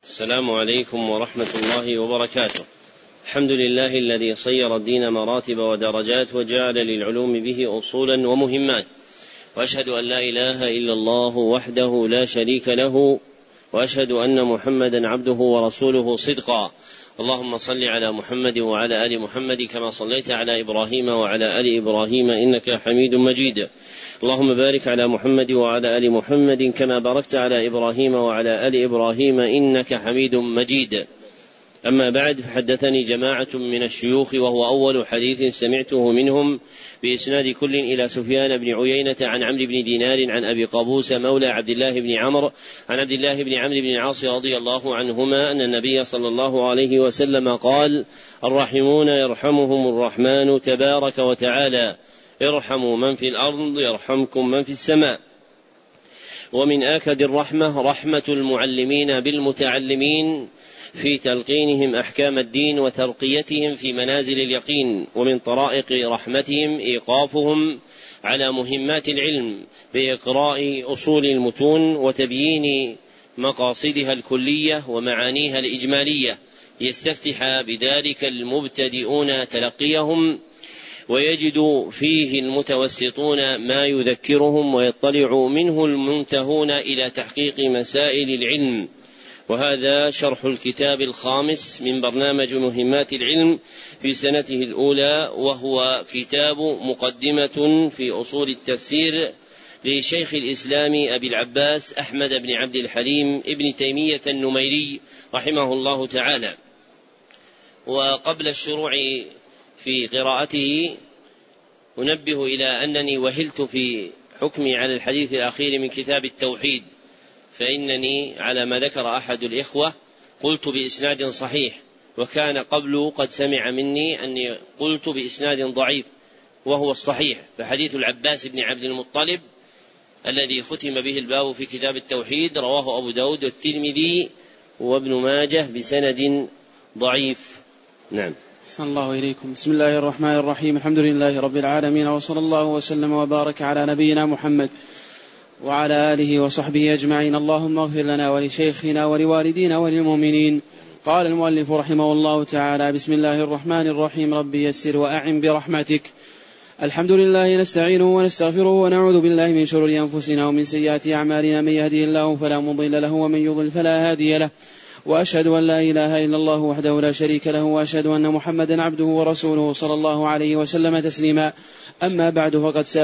السلام عليكم ورحمة الله وبركاته. الحمد لله الذي صير الدين مراتب ودرجات وجعل للعلوم به أصولا ومهمات، وأشهد أن لا إله إلا الله وحده لا شريك له، وأشهد أن محمدا عبده ورسوله صدقا. اللهم صل على محمد وعلى آل محمد كما صليت على إبراهيم وعلى آل إبراهيم إنك حميد مجيد. اللهم بارك على محمد وعلى آل محمد كما باركت على إبراهيم وعلى آل إبراهيم إنك حميد مجيد. أما بعد، فحدثني جماعة من الشيوخ وهو أول حديث سمعته منهم بإسناد كل إلى سفيان بن عيينة عن عمرو بن دينار عن أبي قابوس مولى عبد الله بن عمرو عن عبد الله بن عمرو بن العاص رضي الله عنهما أن النبي صلى الله عليه وسلم قال: الراحمون يرحمهم الرحمن تبارك وتعالى، ارحموا من في الأرض يرحمكم من في السماء. ومن آكد الرحمة رحمة المعلمين بالمتعلمين في تلقينهم أحكام الدين وترقيتهم في منازل اليقين، ومن طرائق رحمتهم إيقافهم على مهمات العلم بإقراء أصول المتون وتبيين مقاصدها الكلية ومعانيها الإجمالية، يستفتح بذلك المبتدئون تلقيهم ويجد فيه المتوسطون ما يذكرهم، ويطلع منه المنتهون إلى تحقيق مسائل العلم. وهذا شرح الكتاب الخامس من برنامج مهمات العلم في سنته الأولى، وهو كتاب مقدمة في أصول التفسير لشيخ الإسلام أبي العباس أحمد بن عبد الحليم ابن تيمية النميري رحمه الله تعالى. وقبل الشروع في قراءته أنبه إلى أنني وهلت في حكمي على الحديث الأخير من كتاب التوحيد، فإنني على ما ذكر أحد الإخوة قلت بإسناد صحيح، وكان قبل قد سمع مني أني قلت بإسناد ضعيف وهو الصحيح. فحديث العباس بن عبد المطلب الذي ختم به الباب في كتاب التوحيد رواه أبو داود والترمذي وابن ماجه بسند ضعيف. نعم. أحسن الله إليكم. بسم الله الرحمن الرحيم. الحمد لله رب العالمين، وصلى الله وسلم وبارك على نبينا محمد وعلى آله وصحبه أجمعين. اللهم اغفر لنا ولشيخنا ولوالدينا وللمؤمنين. قال المؤلف رحمه الله تعالى: بسم الله الرحمن الرحيم. رب يسر وأعن برحمتك. الحمد لله نستعينه ونستغفره ونعوذ بالله من شرور أنفسنا ومن سيئات أعمالنا، من يهده الله فلا مضل له ومن يضلل فلا هادي له، وأشهد أن لا إله إلا الله وحده لا شريك له، وأشهد أن محمدا عبده ورسوله صلى الله عليه وسلم تسليما. أما بعد،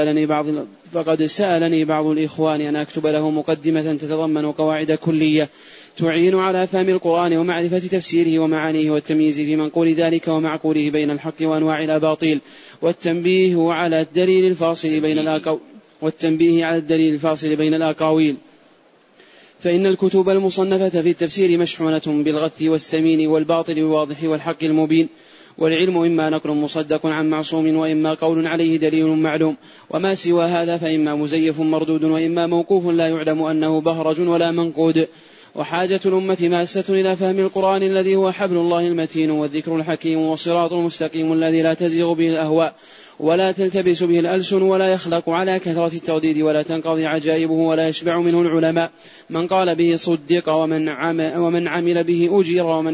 فقد سألني بعض الإخوان أن أكتب له مقدمة تتضمن قواعد كلية تعين على فهم القرآن ومعرفة تفسيره ومعانيه والتمييز في منقول ذلك ومعقوله بين الحق وأنواع الأباطيل، والتنبيه على الدليل الفاصل بين الأقاويل، فإن الكتب المصنفة في التفسير مشحونة بالغث والسمين والباطل الواضح والحق المبين. والعلم إما نقل مصدق عن معصوم، وإما قول عليه دليل معلوم، وما سوى هذا فإما مزيف مردود، وإما موقوف لا يعلم أنه بهرج ولا منقود. وحاجة الأمة ماسة إلى فهم القرآن الذي هو حبل الله المتين والذكر الحكيم والصراط المستقيم الذي لا تزيغ به الأهواء ولا تلتبس به الألسن ولا يخلق على كثرة الترديد ولا تنقضي عجائبه ولا يشبع منه العلماء. من قال به صدق، ومن عمل به أجير، ومن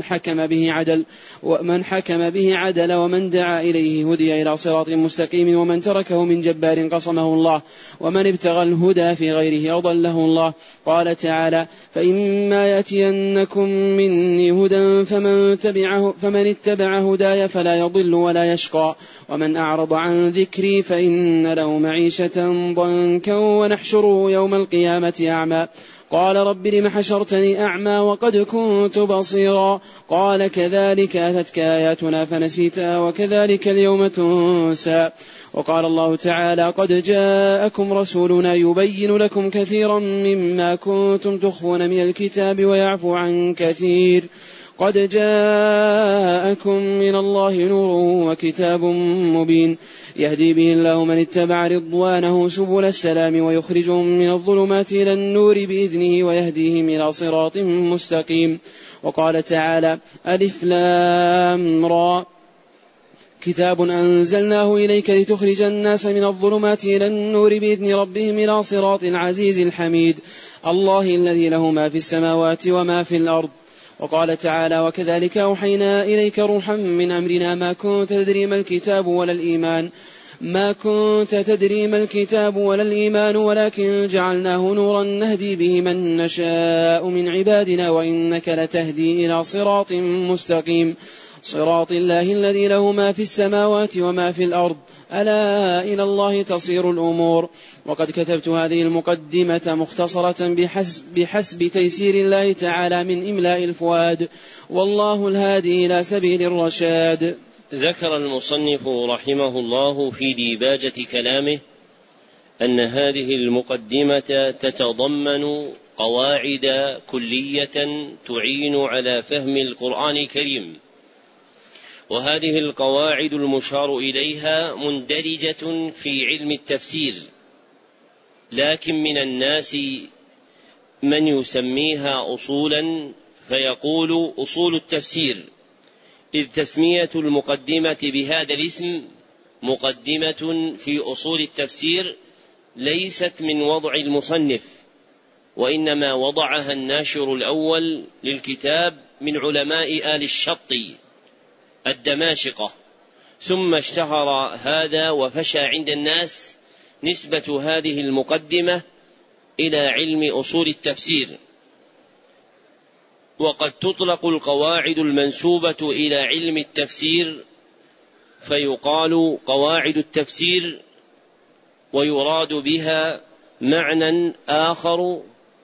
حكم به عدل، ومن دعا إليه هدي إلى صراط مستقيم، ومن تركه من جبار قصمه الله، ومن ابتغى الهدى في غيره أضله الله. قال تعالى: فإما يأتينكم مني هدى فمن اتبع هداي فلا يضل ولا يشقى، ومن أعرض عن ذكري فإن له معيشة ضنكا ونحشره يوم القيامة أعمى. قال: رب لم حشرتني أعمى وقد كنت بصيرا. قال: كذلك أتتك آياتنا فنسيتها وكذلك اليوم تنسى. وقال الله تعالى: قد جاءكم رسولنا يبين لكم كثيرا مما كنتم تخفون من الكتاب ويعفو عن كثير. قد جاءكم من الله نور وكتاب مبين يهدي به الله من اتبع رضوانه سبل السلام ويخرجهم من الظلمات إلى النور بإذنه ويهديهم إلى صراط مستقيم. وقال تعالى: ألف لام را كتاب أنزلناه إليك لتخرج الناس من الظلمات إلى النور بإذن ربهم إلى صراط العزيز الحميد الله الذي له ما في السماوات وما في الأرض. وقال تعالى: وكذلك أوحينا إليك روحا من أمرنا ما كنت تدري ما الكتاب ولا الإيمان ولكن جعلناه نورا نهدي به من نشاء من عبادنا وإنك لتهدي إلى صراط مستقيم صراط الله الذي له ما في السماوات وما في الأرض ألا إلى الله تصير الأمور. وقد كتبت هذه المقدمة مختصرة بحسب تيسير الله تعالى من إملاء الفؤاد، والله الهادي إلى سبيل الرشاد. ذكر المصنف رحمه الله في ديباجة كلامه أن هذه المقدمة تتضمن قواعد كلية تعين على فهم القرآن الكريم، وهذه القواعد المشار إليها مندرجة في علم التفسير، لكن من الناس من يسميها أصولا فيقول أصول التفسير، إذ تسمية المقدمة بهذا الاسم مقدمة في أصول التفسير ليست من وضع المصنف، وإنما وضعها الناشر الأول للكتاب من علماء آل الشط الدماشقة، ثم اشتهر هذا وفشى عند الناس نسبة هذه المقدمة إلى علم أصول التفسير. وقد تطلق القواعد المنسوبة إلى علم التفسير فيقال قواعد التفسير، ويراد بها معنى آخر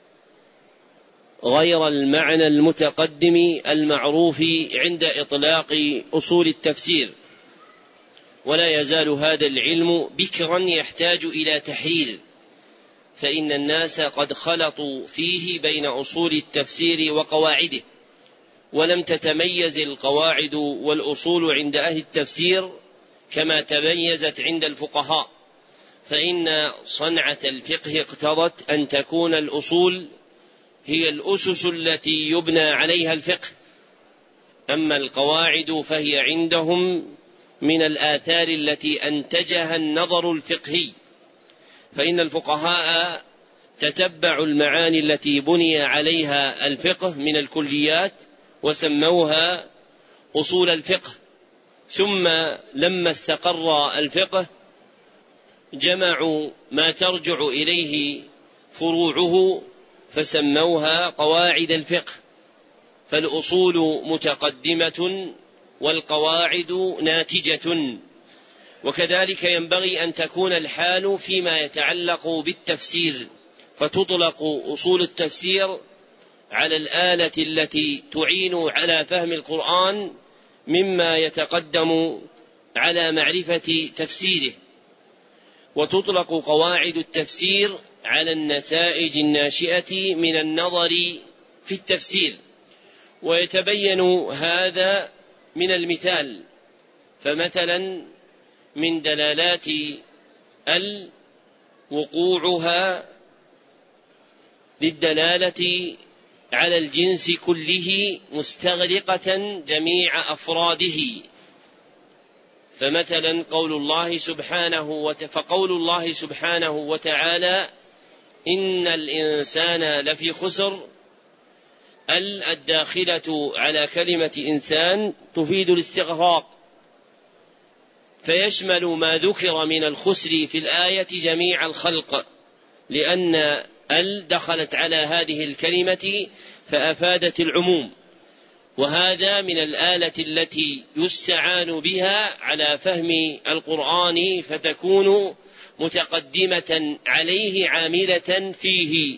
غير المعنى المتقدم المعروف عند إطلاق أصول التفسير. ولا يزال هذا العلم بكرا يحتاج إلى تحرير، فإن الناس قد خلطوا فيه بين أصول التفسير وقواعده، ولم تتميز القواعد والأصول عند أهل التفسير كما تميزت عند الفقهاء، فإن صنعة الفقه اقتضت أن تكون الأصول هي الأسس التي يبنى عليها الفقه، أما القواعد فهي عندهم من الآثار التي أنتجها النظر الفقهي، فإن الفقهاء تتبعوا المعاني التي بني عليها الفقه من الكليات وسموها أصول الفقه، ثم لما استقر الفقه جمعوا ما ترجع إليه فروعه فسموها قواعد الفقه، فالأصول متقدمة والقواعد ناتجة. وكذلك ينبغي أن تكون الحال فيما يتعلق بالتفسير، فتطلق أصول التفسير على الآلة التي تعين على فهم القرآن مما يتقدم على معرفة تفسيره، وتطلق قواعد التفسير على النتائج الناشئة من النظر في التفسير. ويتبين هذا من المثال، فمثلا من دلالات وقوعها للدلالة على الجنس كله مستغرقة جميع أفراده، فمثلا قول الله سبحانه وتعالى إن الإنسان لفي خسر، الداخلة على كلمة إنسان تفيد الاستغراق، فيشمل ما ذكر من الخسر في الآية جميع الخلق، لأن دخلت على هذه الكلمة فأفادت العموم، وهذا من الآلة التي يستعان بها على فهم القرآن فتكون متقدمة عليه عاملة فيه.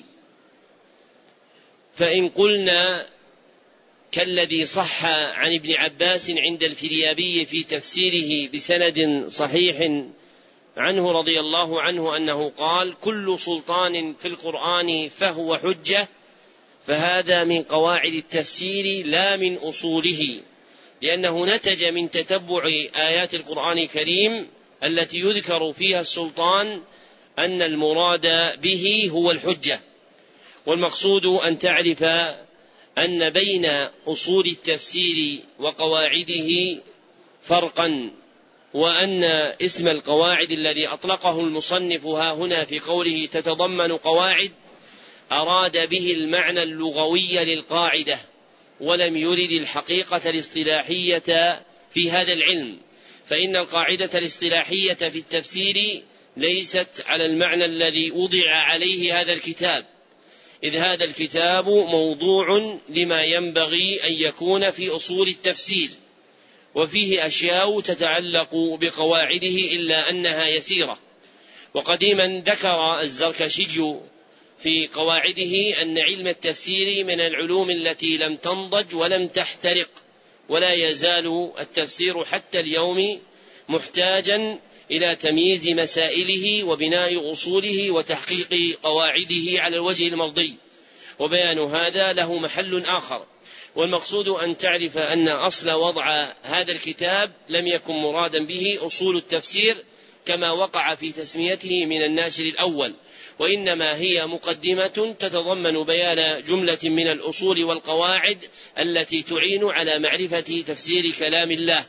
فإن قلنا كالذي صح عن ابن عباس عند الفريابي في تفسيره بسند صحيح عنه رضي الله عنه أنه قال كل سلطان في القرآن فهو حجة، فهذا من قواعد التفسير لا من أصوله، لأنه نتج من تتبع آيات القرآن الكريم التي يذكر فيها السلطان أن المراد به هو الحجة. والمقصود أن تعرف أن بين أصول التفسير وقواعده فرقا، وأن اسم القواعد الذي أطلقه المصنف ها هنا في قوله تتضمن قواعد أراد به المعنى اللغوي للقاعدة، ولم يرد الحقيقة الاصطلاحية في هذا العلم، فإن القاعدة الاصطلاحية في التفسير ليست على المعنى الذي وضع عليه هذا الكتاب، إذ هذا الكتاب موضوع لما ينبغي أن يكون في أصول التفسير، وفيه أشياء تتعلق بقواعده إلا أنها يسيرة. وقديما ذكر الزركشي في قواعده أن علم التفسير من العلوم التي لم تنضج ولم تحترق، ولا يزال التفسير حتى اليوم محتاجا إلى تمييز مسائله وبناء أصوله وتحقيق قواعده على الوجه المرضي، وبيان هذا له محل آخر. والمقصود أن تعرف أن أصل وضع هذا الكتاب لم يكن مرادا به أصول التفسير كما وقع في تسميته من الناشر الأول، وإنما هي مقدمة تتضمن بيان جملة من الأصول والقواعد التي تعين على معرفة تفسير كلام الله،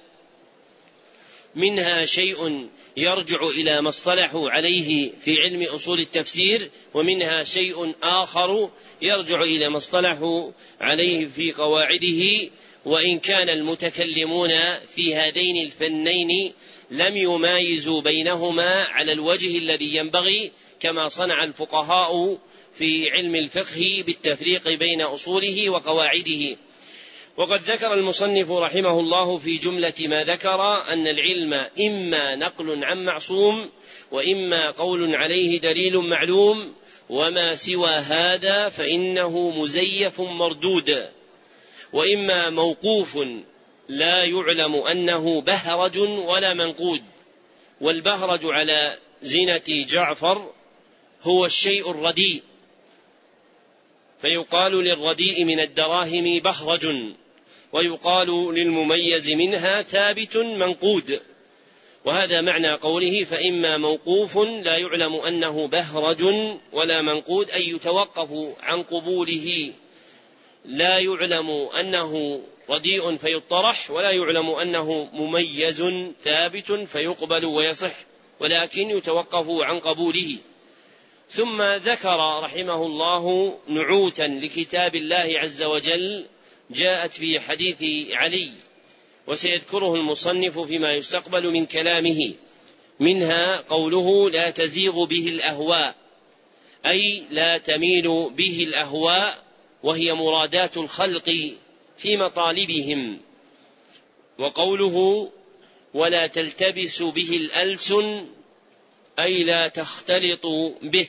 منها شيء يرجع إلى ما اصطلحوا عليه في علم أصول التفسير، ومنها شيء آخر يرجع إلى ما اصطلحوا عليه في قواعده. وإن كان المتكلمون في هذين الفنين لم يمايزوا بينهما على الوجه الذي ينبغي، كما صنع الفقهاء في علم الفقه بالتفريق بين أصوله وقواعده. وقد ذكر المصنف رحمه الله في جملة ما ذكر أن العلم إما نقل عن معصوم، وإما قول عليه دليل معلوم، وما سوى هذا فإنه مزيف مردود، وإما موقوف لا يعلم أنه بهرج ولا منقود. والبهرج على زنة جعفر هو الشيء الرديء، فيقال للرديء من الدراهم بهرج، ويقال للمميز منها ثابت منقود. وهذا معنى قوله فإما موقوف لا يعلم أنه بهرج ولا منقود، أي يتوقف عن قبوله، لا يعلم أنه رديء فيطرح، ولا يعلم أنه مميز ثابت فيقبل ويصح، ولكن يتوقف عن قبوله. ثم ذكر رحمه الله نعوتا لكتاب الله عز وجل جاءت في حديث علي، وسيذكره المصنف فيما يستقبل من كلامه، منها قوله لا تزيغ به الأهواء، أي لا تميل به الأهواء، وهي مرادات الخلق في مطالبهم. وقوله ولا تلتبس به الألسن، أي لا تختلط به.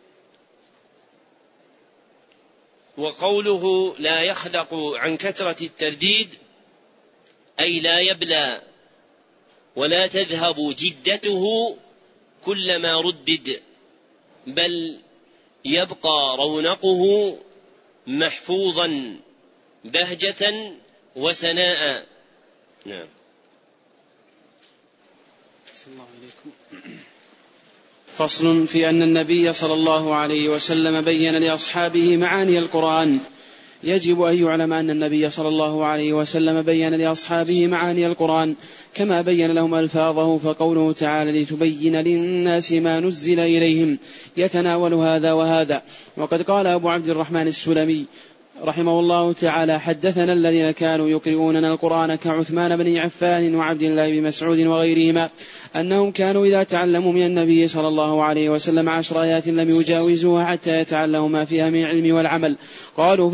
وقوله لا يخلق عن كثرة الترديد، أي لا يبلى ولا تذهب جدته كلما ردد، بل يبقى رونقه محفوظا بهجة وسناء. نعم. فصل في أن النبي صلى الله عليه وسلم بين لأصحابه معاني القرآن. يجب أن يعلم أن النبي صلى الله عليه وسلم بين لأصحابه معاني القرآن كما بين لهم ألفاظه، فقوله تعالى لتبين للناس ما نزل إليهم يتناول هذا وهذا. وقد قال أبو عبد الرحمن السلمي رحمه الله تعالى حدثنا الذين كانوا يقرؤوننا القرآن كعثمان بن عفان وعبد الله بن مسعود وغيرهما أنهم كانوا إذا تعلموا من النبي صلى الله عليه وسلم 10 آيات لم يجاوزوها حتى يتعلموا ما فيها من العلم والعمل. فقالوا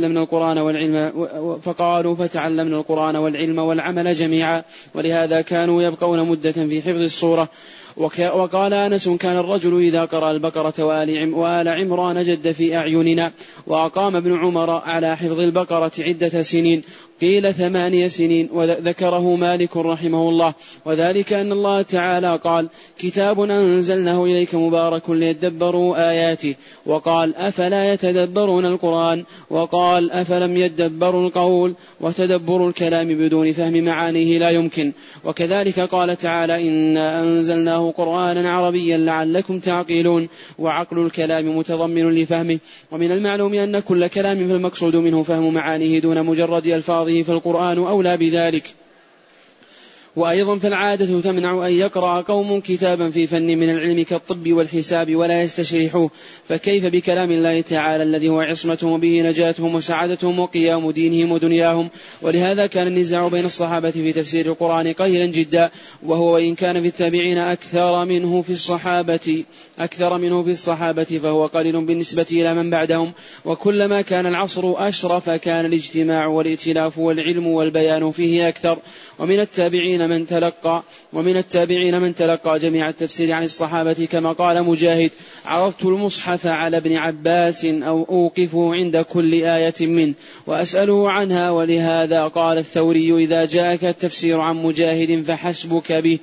فتعلمنا القرآن والعلم والعمل جميعا، ولهذا كانوا يبقون مدة في حفظ السورة. وقال أنس كان الرجل إذا قرأ البقرة وآل عمران جد في أعيننا. وأقام ابن عمر على حفظ البقرة عدة سنين، قيل 8 سنين، وذكره مالك رحمه الله. وذلك أن الله تعالى قال كتاب أنزلناه إليك مبارك ليدبروا آياته، وقال أفلا يتدبرون القرآن، وقال أفلم يدبروا القول، وتدبر الكلام بدون فهم معانيه لا يمكن. وكذلك قال تعالى إنا أنزلناه قرآنا عربيا لعلكم تعقلون، وعقل الكلام متضمن لفهمه. ومن المعلوم أن كل كلام فالمقصود منه فهم معانيه دون مجرد ألفاظه، فالقرآن أولى بذلك. وأيضا فالعادة تمنع أن يقرأ قوم كتابا في فن من العلم كالطب والحساب ولا يستشرحوه، فكيف بكلام الله تعالى الذي هو عصمتهم وبه نجاتهم وسعادتهم وقيام دينهم ودنياهم. ولهذا كان النزاع بين الصحابة في تفسير القرآن قليلا جدا، وهو وإن كان في التابعين أكثر منه في الصحابة فهو قليل بالنسبة إلى من بعدهم. وكلما كان العصر أشرف كان الاجتماع والائتلاف والعلم والبيان فيه أكثر. ومن التابعين من تلقى جميع التفسير عن الصحابة، كما قال مجاهد: عرضت المصحف على ابن عباس أو أوقفه عند كل آية منه وأسأله عنها. ولهذا قال الثوري: إذا جاءك التفسير عن مجاهد فحسبك به.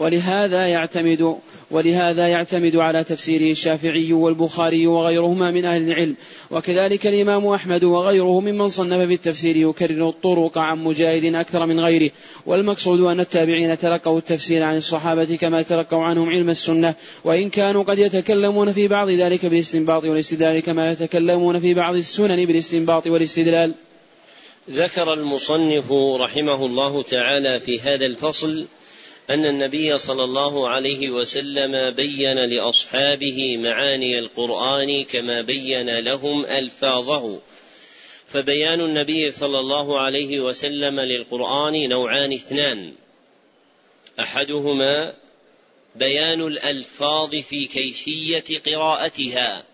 ولهذا يعتمد على تفسيره الشافعي والبخاري وغيرهما من أهل العلم. وكذلك الإمام أحمد وغيره ممن صنف في التفسير يكرر الطرق عن مجاهد أكثر من غيره. والمقصود أن التابعين تلقوا التفسير عن الصحابة كما تلقوا عنهم علم السنة، وإن كانوا قد يتكلمون في بعض ذلك بالاستنباط والاستدلال كما يتكلمون في بعض السنن بالاستنباط والاستدلال. ذكر المصنف رحمه الله تعالى في هذا الفصل أن النبي صلى الله عليه وسلم بين لأصحابه معاني القرآن كما بين لهم ألفاظه. فبيان النبي صلى الله عليه وسلم للقرآن نوعان اثنان: أحدهما بيان الألفاظ في كيفية قراءتها،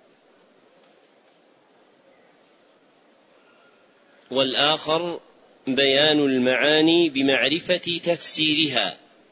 والآخر بيان المعاني بمعرفة تفسيرها،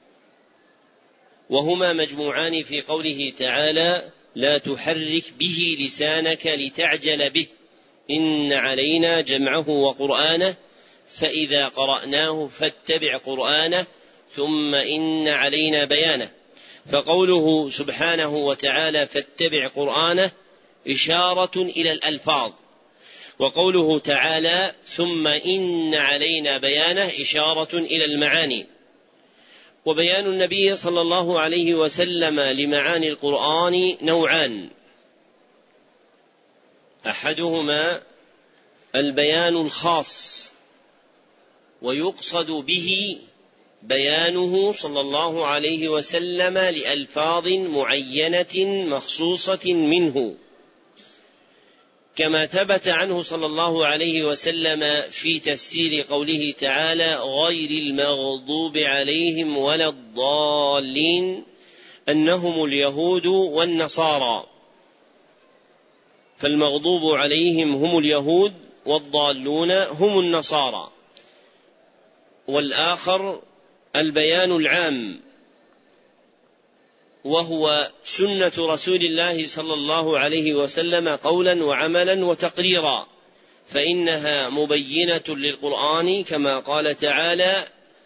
وهما مجموعان في قوله تعالى: لا تحرك به لسانك لتعجل به إن علينا جمعه وقرآنه فإذا قرأناه فاتبع قرآنه ثم إن علينا بيانه. فقوله سبحانه وتعالى فاتبع قرآنه إشارة إلى الألفاظ، وقوله تعالى ثم إن علينا بيانه إشارة إلى المعاني. وبيان النبي صلى الله عليه وسلم لمعاني القرآن نوعان: أحدهما البيان الخاص، ويقصد به بيانه صلى الله عليه وسلم لألفاظ معينة مخصوصة منه، كما ثبت عنه صلى الله عليه وسلم في تفسير قوله تعالى غير المغضوب عليهم ولا الضالين أنهم اليهود والنصارى. فالمغضوب عليهم هم اليهود والضالون هم النصارى. والآخر البيان العام، وهو سنة رسول الله صلى الله عليه وسلم قولا وعملا وتقريرا، فإنها مبينة للقرآن كما قال تعالى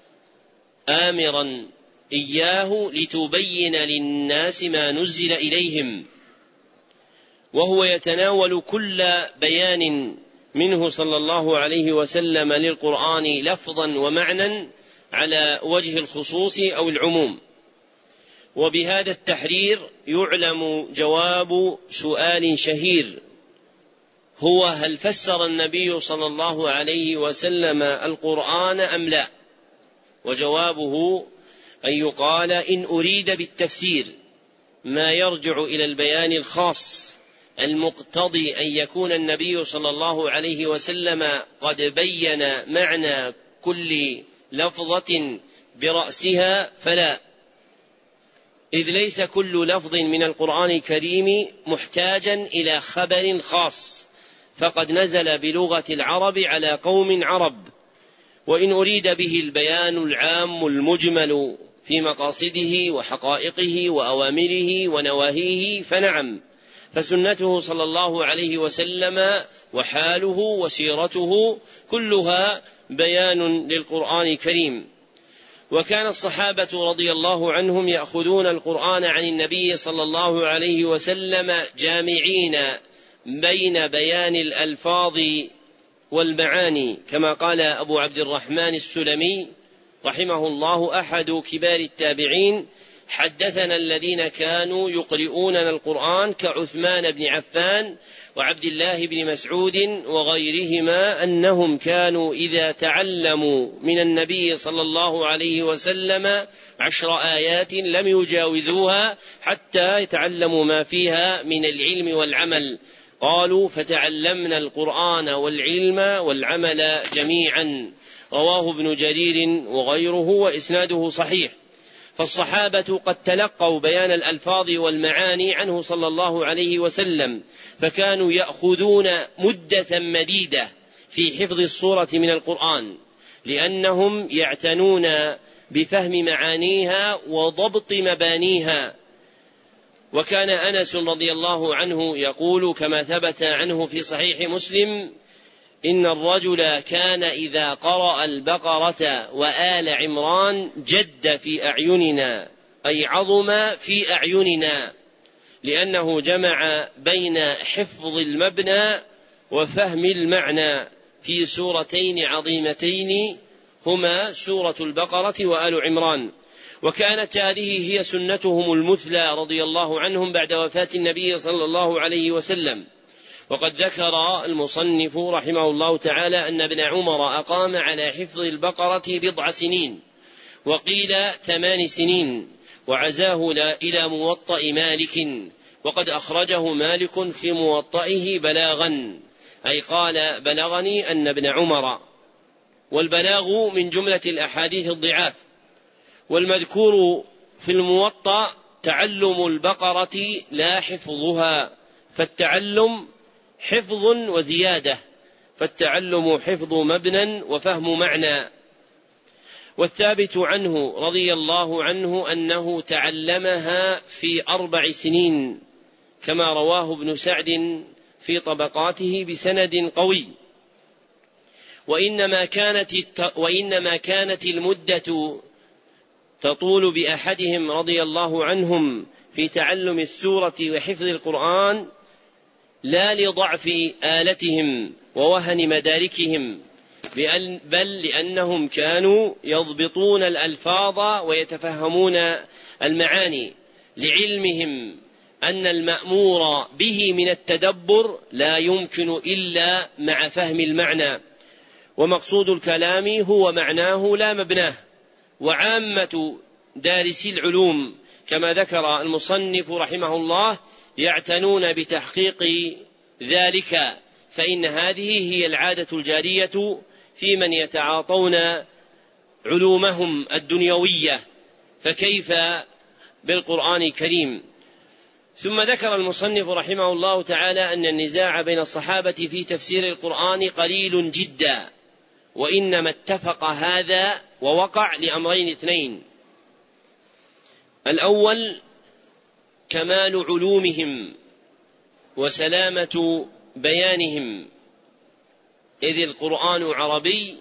آمرا إياه لتبين للناس ما نزل إليهم، وهو يتناول كل بيان منه صلى الله عليه وسلم للقرآن لفظا ومعنى على وجه الخصوص أو العموم. وبهذا التحرير يعلم جواب سؤال شهير، هو هل فسر النبي صلى الله عليه وسلم القرآن أم لا؟ وجوابه أن يقال إن أريد بالتفسير ما يرجع إلى البيان الخاص المقتضي أن يكون النبي صلى الله عليه وسلم قد بين معنى كل لفظة برأسها فلا، إذ ليس كل لفظ من القرآن الكريم محتاجا إلى خبر خاص، فقد نزل بلغة العرب على قوم عرب. وإن أريد به البيان العام المجمل في مقاصده وحقائقه وأوامره ونواهيه فنعم، فسنته صلى الله عليه وسلم وحاله وسيرته كلها بيان للقرآن الكريم. وكان الصحابة رضي الله عنهم يأخذون القرآن عن النبي صلى الله عليه وسلم جامعين بين بيان الألفاظ والمعاني، كما قال أبو عبد الرحمن السلمي رحمه الله أحد كبار التابعين: حدثنا الذين كانوا يقرؤوننا القرآن كعثمان بن عفان وعبد الله بن مسعود وغيرهما أنهم كانوا إذا تعلموا من النبي صلى الله عليه وسلم 10 آيات لم يجاوزوها حتى يتعلموا ما فيها من العلم والعمل. قالوا فتعلمنا القرآن والعلم والعمل جميعا. رواه ابن جرير وغيره وإسناده صحيح. فالصحابة قد تلقوا بيان الألفاظ والمعاني عنه صلى الله عليه وسلم، فكانوا يأخذون مدة مديدة في حفظ السورة من القرآن، لأنهم يعتنون بفهم معانيها وضبط مبانيها. وكان أنس رضي الله عنه يقول كما ثبت عنه في صحيح مسلم: إن الرجل كان إذا قرأ البقرة وآل عمران جد في أعيننا، أي عظم في أعيننا، لأنه جمع بين حفظ المبنى وفهم المعنى في سورتين عظيمتين هما سورة البقرة وآل عمران. وكانت هذه هي سنتهم المثلى رضي الله عنهم بعد وفاة النبي صلى الله عليه وسلم. وقد ذكر المصنف رحمه الله تعالى أن ابن عمر أقام على حفظ البقرة 7 سنين، وقيل 8 سنين، وعزاه إلى موطأ مالك، وقد أخرجه مالك في موطئه بلاغا، أي قال: بلغني أن ابن عمر. والبلاغ من جملة الأحاديث الضعاف. والمذكور في الموطأ تعلم البقرة لا حفظها، فالتعلم حفظ وزيادة، فالتعلم حفظ مبنى وفهم معنى. والثابت عنه رضي الله عنه أنه تعلمها في 4 سنين، كما رواه ابن سعد في طبقاته بسند قوي. وإنما كانت المدة تطول بأحدهم رضي الله عنهم في تعلم السورة وحفظ القرآن لا لضعف آلتهم ووهن مداركهم، بل لأنهم كانوا يضبطون الألفاظ ويتفهمون المعاني، لعلمهم أن المأمور به من التدبر لا يمكن إلا مع فهم المعنى، ومقصود الكلام هو معناه لا مبناه. وعامة دارسي العلوم كما ذكر المصنف رحمه الله يعتنون بتحقيق ذلك، فإن هذه هي العادة الجارية في من يتعاطون علومهم الدنيوية، فكيف بالقرآن الكريم. ثم ذكر المصنف رحمه الله تعالى أن النزاع بين الصحابة في تفسير القرآن قليل جدا، وإنما اتفق هذا ووقع لأمرين 2: الأول كمال علومهم وسلامة بيانهم، إذ القرآن عربي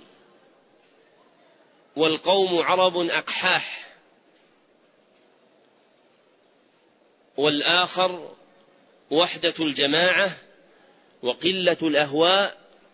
والقوم عرب أقحاح. والآخر وحدة الجماعة وقلة الأهواء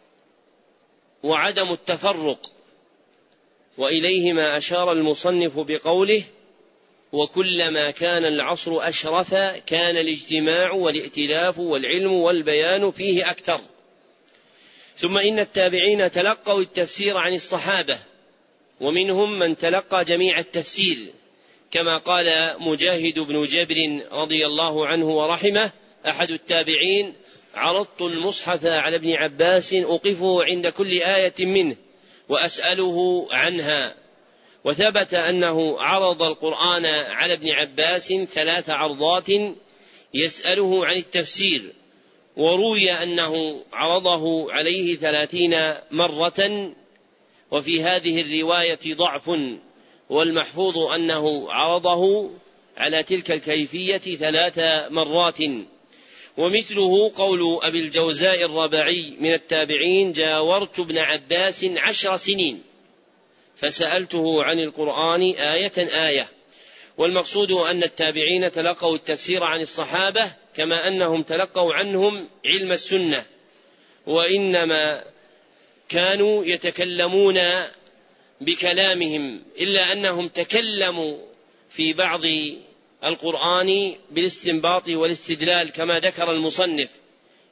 وعدم التفرق، وإليهما أشار المصنف بقوله: وكلما كان العصر أشرف كان الاجتماع والائتلاف والعلم والبيان فيه أكثر. ثم إن التابعين تلقوا التفسير عن الصحابة، ومنهم من تلقى جميع التفسير، كما قال مجاهد بن جبر رضي الله عنه ورحمه أحد التابعين: عرضت المصحف على ابن عباس أقفه عند كل آية منه وأسأله عنها. وثبت أنه عرض القرآن على ابن عباس 3 عرضات يسأله عن التفسير، وروي أنه عرضه عليه 30 مرة، وفي هذه الرواية ضعف، والمحفوظ أنه عرضه على تلك الكيفية 3 مرات. ومثله قول أبي الجوزاء الربعي من التابعين: جاورت ابن عباس 10 سنين فسألته عن القرآن آية آية. والمقصود أن التابعين تلقوا التفسير عن الصحابة كما أنهم تلقوا عنهم علم السنة، وإنما كانوا يتكلمون بكلامهم، إلا أنهم تكلموا في بعض القرآن بالاستنباط والاستدلال كما ذكر المصنف،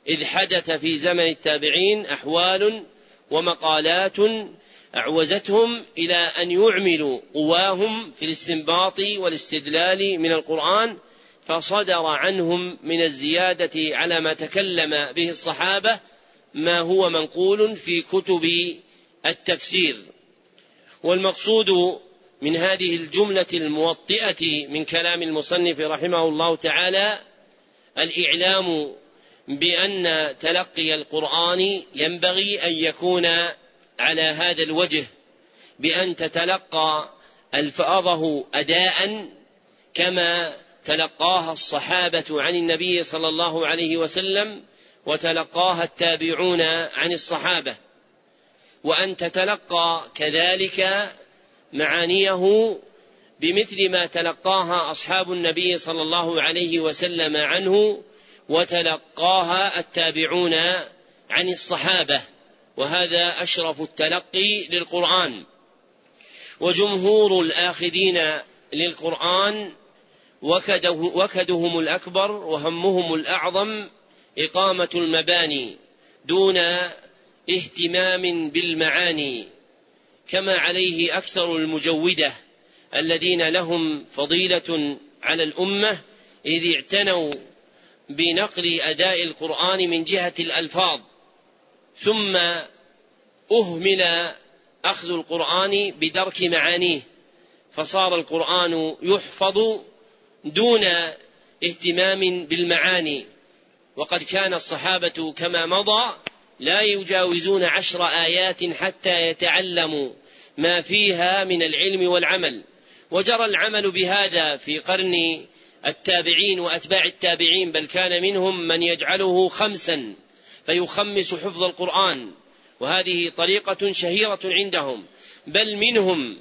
إذ حدث في زمن التابعين أحوال ومقالات أعوزتهم إلى أن يعملوا قواهم في الاستنباط والاستدلال من القرآن، فصدر عنهم من الزيادة على ما تكلم به الصحابة ما هو منقول في كتب التفسير. والمقصود من هذه الجملة الموطئة من كلام المصنف رحمه الله تعالى الإعلام بأن تلقي القرآن ينبغي أن يكون على هذا الوجه، بأن تتلقى ألفاظه أداء كما تلقاها الصحابة عن النبي صلى الله عليه وسلم وتلقاها التابعون عن الصحابة، وأن تتلقى كذلك معانيه بمثل ما تلقاها أصحاب النبي صلى الله عليه وسلم عنه وتلقاها التابعون عن الصحابة، وهذا أشرف التلقي للقرآن. وجمهور الآخذين للقرآن وكدهم الأكبر وهمهم الأعظم إقامة المباني دون اهتمام بالمعاني، كما عليه أكثر المجودة الذين لهم فضيلة على الأمة، إذ اعتنوا بنقل أداء القرآن من جهة الألفاظ، ثم أهمل أخذ القرآن بدرك معانيه، فصار القرآن يحفظ دون اهتمام بالمعاني. وقد كان الصحابة كما مضى لا يجاوزون 10 آيات حتى يتعلموا ما فيها من العلم والعمل، وجرى العمل بهذا في قرن التابعين وأتباع التابعين، بل كان منهم من يجعله 5 فيخمس حفظ القرآن، وهذه طريقة شهيرة عندهم، بل منهم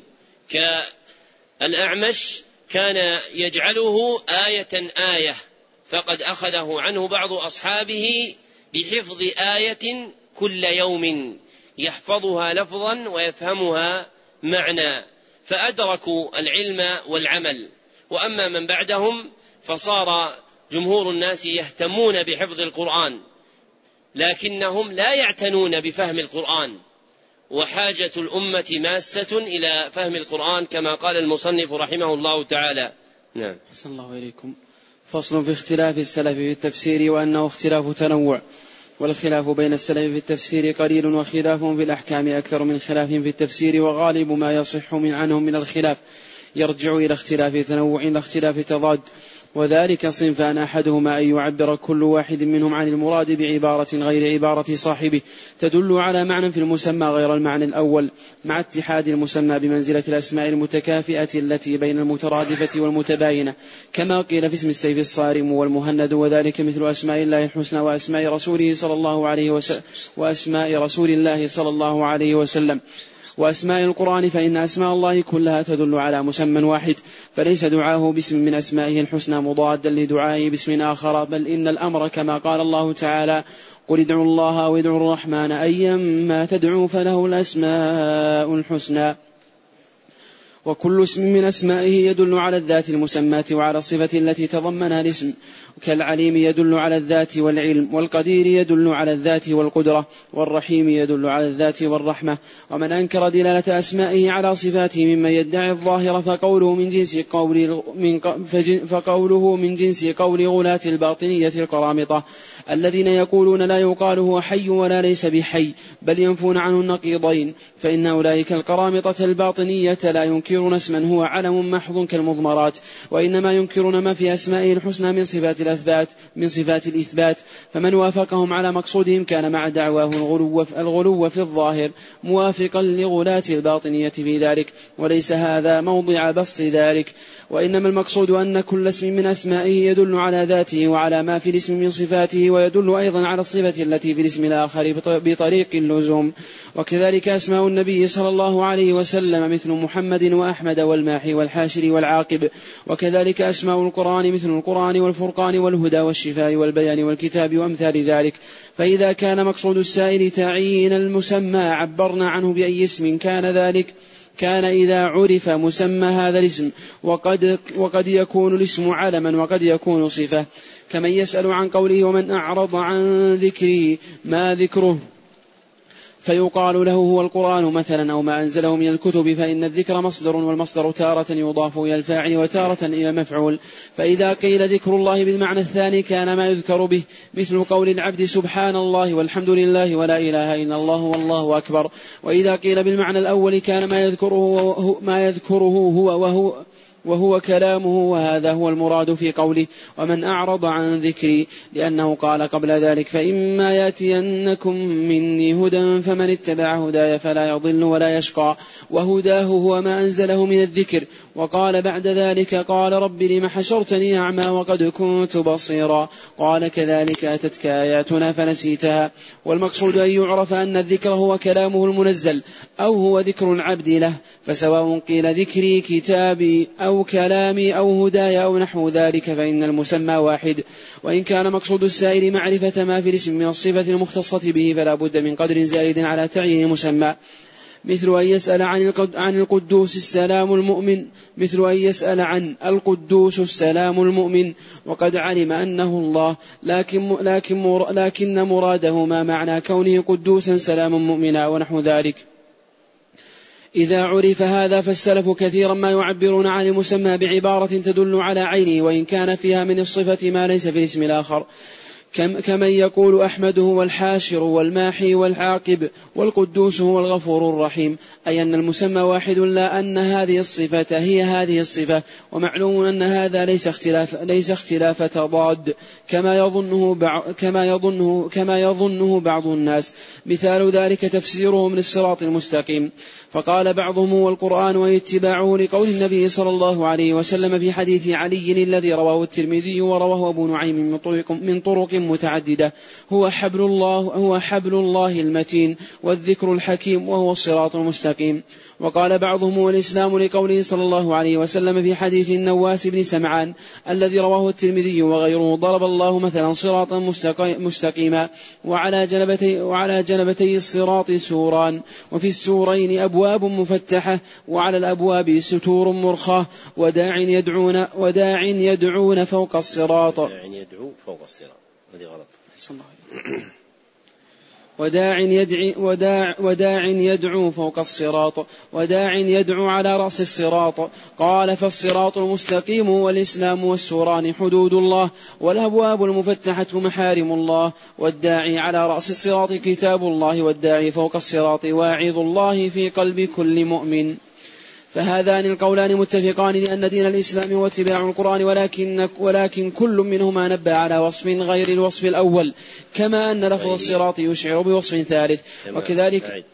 كالأعمش كان يجعله آية فقد أخذه عنه بعض أصحابه بحفظ آية كل يوم يحفظها لفظا ويفهمها معنى، فأدركوا العلم والعمل. وأما من بعدهم فصار جمهور الناس يهتمون بحفظ القرآن لكنهم لا يعتنون بفهم القرآن، وحاجة الأمة ماسة إلى فهم القرآن كما قال المصنف رحمه الله تعالى. نعم. صلى الله عليكم. فصل في اختلاف السلف في التفسير، وأنه اختلاف تنوع، والخلاف بين السلف في التفسير قليل، وخلافهم في الأحكام أكثر من خلاف في التفسير، وغالب ما يصح عنهم من الخلاف يرجع إلى اختلاف تنوع لا اختلاف تضاد، وذلك صنفان: أحدهما أن يعبر كل واحد منهم عن المراد بعبارة غير عبارة صاحبه تدل على معنى في المسمى غير المعنى الأول، مع اتحاد المسمى بمنزلة الأسماء المتكافئة التي بين المترادفة والمتباينة، كما قيل في اسم السيف الصارم والمهند، وذلك مثل أسماء الله الحسنى وأسماء رسوله صلى الله عليه وسلم وأسماء القرآن، فإن أسماء الله كلها تدل على مسمى واحد، فليس دعاه باسم من أسمائه الحسنى مضادا لدعائه باسم آخر، بل إن الأمر كما قال الله تعالى: قل ادعوا الله أو ادعوا الرحمن أيما تدعوا فله الأسماء الحسنى. وكل اسم من أسمائه يدل على الذات المسماة وعلى الصفة التي تضمنها الاسم، كالعليم يدل على الذات والعلم، والقدير يدل على الذات والقدرة، والرحيم يدل على الذات والرحمة. ومن أنكر دلالة أسمائه على صفاته ممن يدعي الظاهر فقوله من جنس قول غلاة الباطنية القرامطة الذين يقولون لا يقال هو حي ولا ليس بحي، بل ينفون عنه النقيضين، فإن أولئك القرامطة الباطنية لا ينكرون اسما هو علم محض كالمضمرات، وإنما ينكرون ما في أسمائه الحسنى من صفات الإثبات. فمن وافقهم على مقصودهم كان مع دعواه الغلو في الظاهر موافقا لغلاة الباطنية في ذلك، وليس هذا موضع بسط ذلك، وإنما المقصود أن كل اسم من أسمائه يدل على ذاته وعلى ما في الاسم من صفاته، ويدل أيضا على الصفة التي في الاسم الآخر بطريق اللزوم. وكذلك أسماء النبي صلى الله عليه وسلم مثل محمد وأحمد والماحي والحاشر والعاقب، وكذلك أسماء القرآن مثل القرآن والفرقان والهدى والشفاء والبيان والكتاب وأمثال ذلك. فإذا كان مقصود السائل تعيين المسمى عبرنا عنه بأي اسم كان ذلك، كان إذا عرف مسمى هذا الاسم، وقد يكون الاسم علما وقد يكون صفة، كمن يسأل عن قوله ومن أعرض عن ذكري ما ذكره، فيقال له هو القرآن مثلا أو ما أنزله من الكتب، فإن الذكر مصدر، والمصدر تارة يضاف إلى الفاعل وتارة إلى المفعول. فإذا قيل ذكر الله بالمعنى الثاني كان ما يذكر به، مثل قول العبد سبحان الله والحمد لله ولا إله إلا الله والله أكبر. وإذا قيل بالمعنى الأول كان ما يذكره وهو كلامه، وهذا هو المراد في قوله ومن أعرض عن ذكري، لأنه قال قبل ذلك فإما يأتينكم مني هدى فمن اتبع هداي فلا يضل ولا يشقى، وهداه هو ما أنزله من الذكر. وقال بعد ذلك قال رب لم حشرتني أعمى وقد كنت بصيرا، قال كذلك أتتك آياتنا فنسيتها. والمقصود أن يعرف أن الذكر هو كلامه المنزل أو هو ذكر العبد له، فسواء قيل ذكري كتابي أو كلامي أو هداي أو نحو ذلك فإن المسمى واحد. وإن كان مقصود السائل معرفة ما في الاسم من الصفة المختصة به فلا بد من قدر زائد على تعيين المسمى، مثل أن يسأل عن القدوس السلام المؤمن، مثل أن يسأل عن القدوس السلام المؤمن وقد علم أنه الله، لكن مراده ما معنى كونه قدوسا سلاما مؤمنا ونحو ذلك. إذا عرف هذا فالسلف كثيرا ما يعبرون عن المسمى بعبارة تدل على عينه وإن كان فيها من الصفة ما ليس في الاسم الآخر، كمن يقول أحمد هو الحاشر والماحي والعاقب والقدوس هو الغفور الرحيم، أي أن المسمى واحد لا أن هذه الصفة هي هذه الصفة. ومعلوم أن هذا ليس اختلاف تضاد كما يظنه بعض الناس. مثال ذلك تفسيرهم للصراط المستقيم، فقال بعضهم هو القرآن واتباعه لقول النبي صلى الله عليه وسلم في حديث علي الذي رواه الترمذي ورواه أبو نعيم من طرق متعددة، هو حبل الله المتين والذكر الحكيم وهو الصراط المستقيم. وقال بعضهم هو الإسلام لقوله صلى الله عليه وسلم في حديث النواس بن سمعان الذي رواه الترمذي وغيره ضرب الله مثلا صراطا مستقيما وعلى جنبتي الصراط سوران وفي السورين أبواب مفتحة وعلى الأبواب ستور مرخاة وداع يدعون فوق الصراط. هذه غلط. وداع يدعو فوق الصراط وداع يدعو على رأس الصراط. قال فالصراط المستقيم والإسلام والسوران حدود الله والأبواب المفتحة محارم الله، والداعي على رأس الصراط كتاب الله، والداعي فوق الصراط واعظ الله في قلب كل مؤمن. فهذان القولان متفقان لأن دين الإسلام هو اتباع القرآن، ولكن كل منهما نبه على وصف غير الوصف الأول، كما أن لفظ الصراط يشعر بوصف ثالث، وكذلك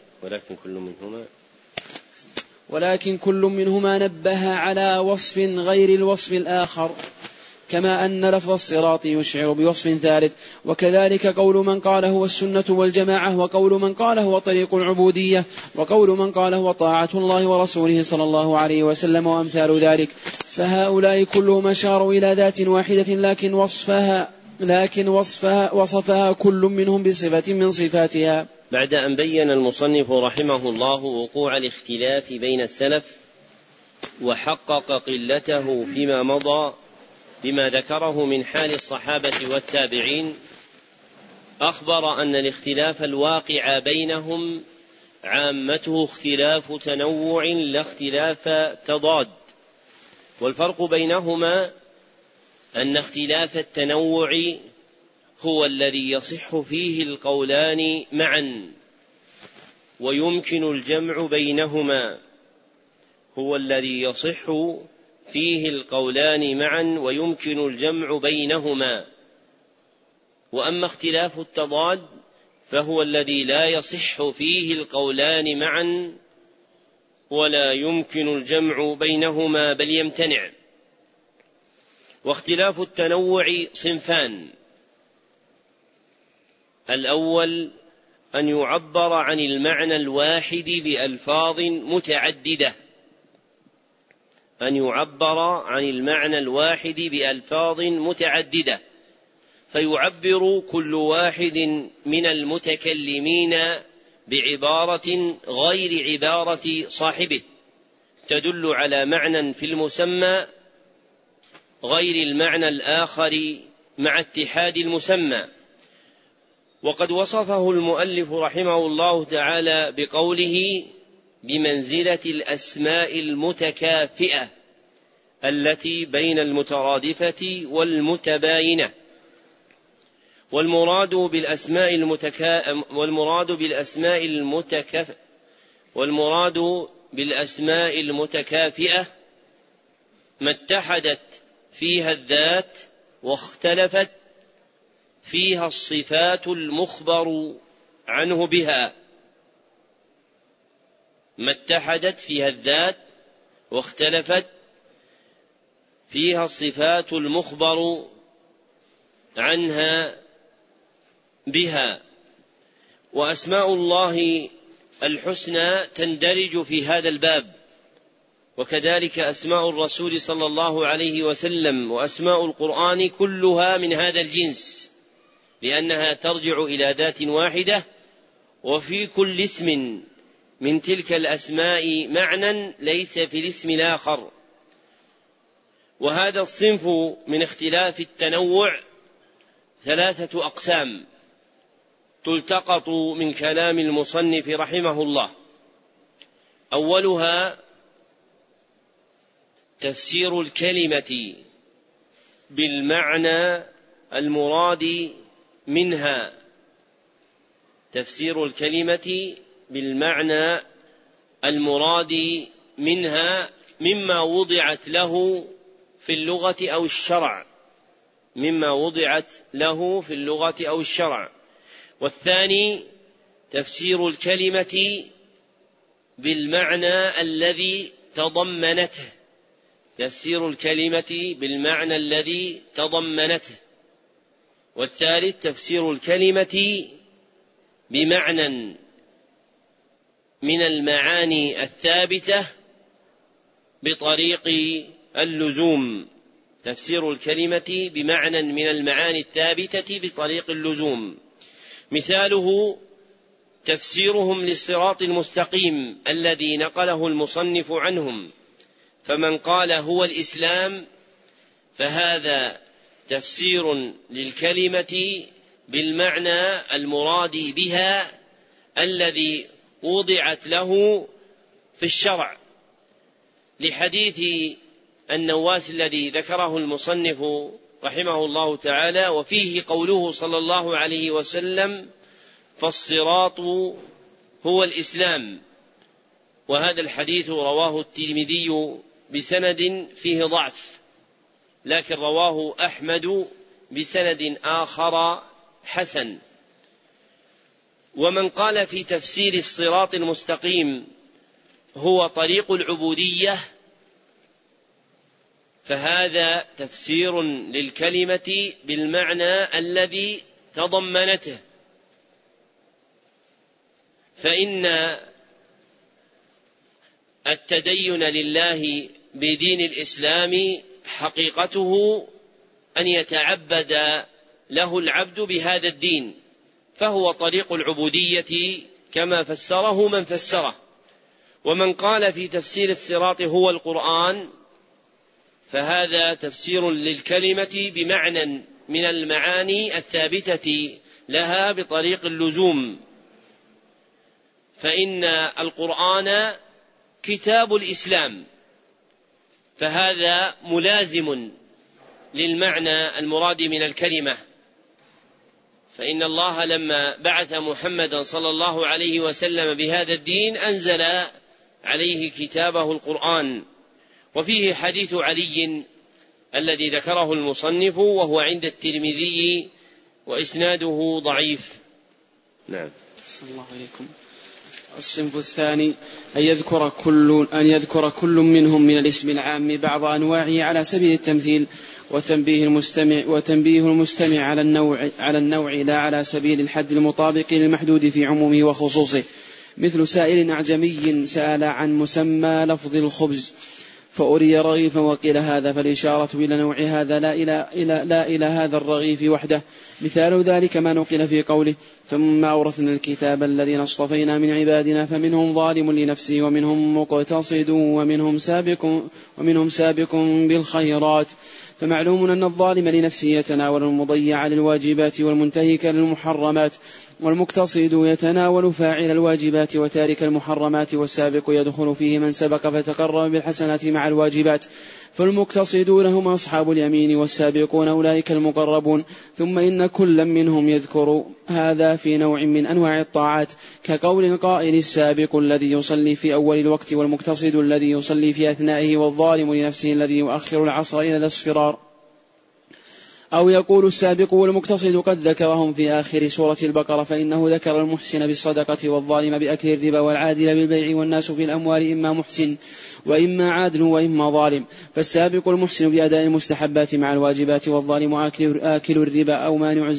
ولكن كل منهما نبه على وصف غير الوصف الآخر، كما أن لفظ الصراط يشعر بوصف ثالث. وكذلك قول من قال هو السنة والجماعة، وقول من قال هو طريق العبودية، وقول من قال هو طاعة الله ورسوله صلى الله عليه وسلم وأمثال ذلك. فهؤلاء كلهم أشاروا إلى ذات واحدة لكن وصفها كل منهم بصفة من صفاتها. بعد أن بين المصنف رحمه الله وقوع الاختلاف بين السلف وحقق قلته فيما مضى بما ذكره من حال الصحابة والتابعين، أخبر أن الاختلاف الواقع بينهم عامته اختلاف تنوع لا اختلاف تضاد، والفرق بينهما أن اختلاف التنوع هو الذي يصح فيه القولان معا ويمكن الجمع بينهما، هو الذي يصح فيه القولان معا ويمكن الجمع بينهما. وأما اختلاف التضاد فهو الذي لا يصح فيه القولان معا ولا يمكن الجمع بينهما بل يمتنع. واختلاف التنوع صنفان: الأول أن يعبر عن المعنى الواحد بألفاظ متعددة، فيعبر كل واحد من المتكلمين بعبارة غير عبارة صاحبه، تدل على معنى في المسمى غير المعنى الآخر مع اتحاد المسمى. وقد وصفه المؤلف رحمه الله تعالى بقوله بمنزلة الأسماء المتكافئة التي بين المترادفة والمتباينة. والمراد بالأسماء المتكافئة ما اتحدت فيها الذات واختلفت فيها الصفات المخبر عنه بها. ما اتحدت فيها الذات واختلفت فيها الصفات المخبر عنها بها. وأسماء الله الحسنى تندرج في هذا الباب، وكذلك أسماء الرسول صلى الله عليه وسلم، وأسماء القرآن كلها من هذا الجنس، لأنها ترجع إلى ذات واحدة، وفي كل اسم من تلك الأسماء معنى ليس في الاسم الآخر. وهذا الصنف من اختلاف التنوع 3 أقسام تلتقط من كلام المصنف رحمه الله. أولها تفسير الكلمة بالمعنى المراد منها. تفسير الكلمة بالمعنى المراد منها مما وضعت له في اللغة أو الشرع، مما وضعت له في اللغة أو الشرع. والثاني تفسير الكلمة بالمعنى الذي تضمنته، تفسير الكلمة بالمعنى الذي تضمنته. والثالث تفسير الكلمة بمعنى من المعاني الثابتة بطريق اللزوم. تفسير الكلمة بمعنى من المعاني الثابتة بطريق اللزوم. مثاله تفسيرهم للصراط المستقيم الذي نقله المصنف عنهم، فمن قال هو الإسلام فهذا تفسير للكلمة بالمعنى المراد بها الذي وضعت له في الشرع، لحديث النواس الذي ذكره المصنف رحمه الله تعالى، وفيه قوله صلى الله عليه وسلم فالصراط هو الإسلام. وهذا الحديث رواه الترمذي بسند فيه ضعف، لكن رواه أحمد بسند آخر حسن. ومن قال في تفسير الصراط المستقيم هو طريق العبودية فهذا تفسير للكلمة بالمعنى الذي تضمنته، فإن التدين لله بدين الإسلام حقيقته أن يتعبد له العبد بهذا الدين، فهو طريق العبودية كما فسره من فسره. ومن قال في تفسير الصراط هو القرآن فهذا تفسير للكلمة بمعنى من المعاني الثابتة لها بطريق اللزوم، فإن القرآن كتاب الإسلام، فهذا ملازم للمعنى المراد من الكلمة. فإن الله لما بعث محمدا صلى الله عليه وسلم بهذا الدين أنزل عليه كتابه القرآن. وفيه حديث علي الذي ذكره المصنف وهو عند الترمذي وإسناده ضعيف. نعم. صلى الله عليكم. الصنف الثاني أن يذكر كل منهم من الاسم العام بعض أنواعه على سبيل التمثيل وتنبيه المستمع على النوع لا على سبيل الحد المطابق للمحدود في عمومه وخصوصه، مثل سائل أعجمي سأل عن مسمى لفظ الخبز فأري رغيفا وقيل هذا، فالإشارة إلى نوع هذا لا إلى هذا الرغيف وحده. مثال ذلك ما نقل في قوله ثم أورثنا الكتاب الذين اصطفينا من عبادنا فمنهم ظالم لنفسه ومنهم مقتصد ومنهم سابق بالخيرات. فمعلوم أن الظالم لنفسه يتناول المضيع للواجبات والمنتهك للمحرمات، والمقتصد يتناول فاعل الواجبات وتارك المحرمات، والسابق يدخل فيه من سبق فتقرب بالحسنات مع الواجبات. فالمقتصدون هم أصحاب اليمين والسابقون أولئك المقربون. ثم إن كل منهم يذكر هذا في نوع من أنواع الطاعات، كقول القائل السابق الذي يصلي في أول الوقت، والمقتصد الذي يصلي في أثنائه، والظالم لنفسه الذي يؤخر العصر إلى الاصفرار. أو يقول السابق والمقتصد قد ذكرهم في آخر سورة البقرة، فإنه ذكر المحسن بالصدقة والظالم بأكل الربا والعادل بالبيع، والناس في الأموال إما محسن وإما عادل وإما ظالم. فالسابق المحسن بأداء المستحبات مع الواجبات، والظالم آكل الربا أو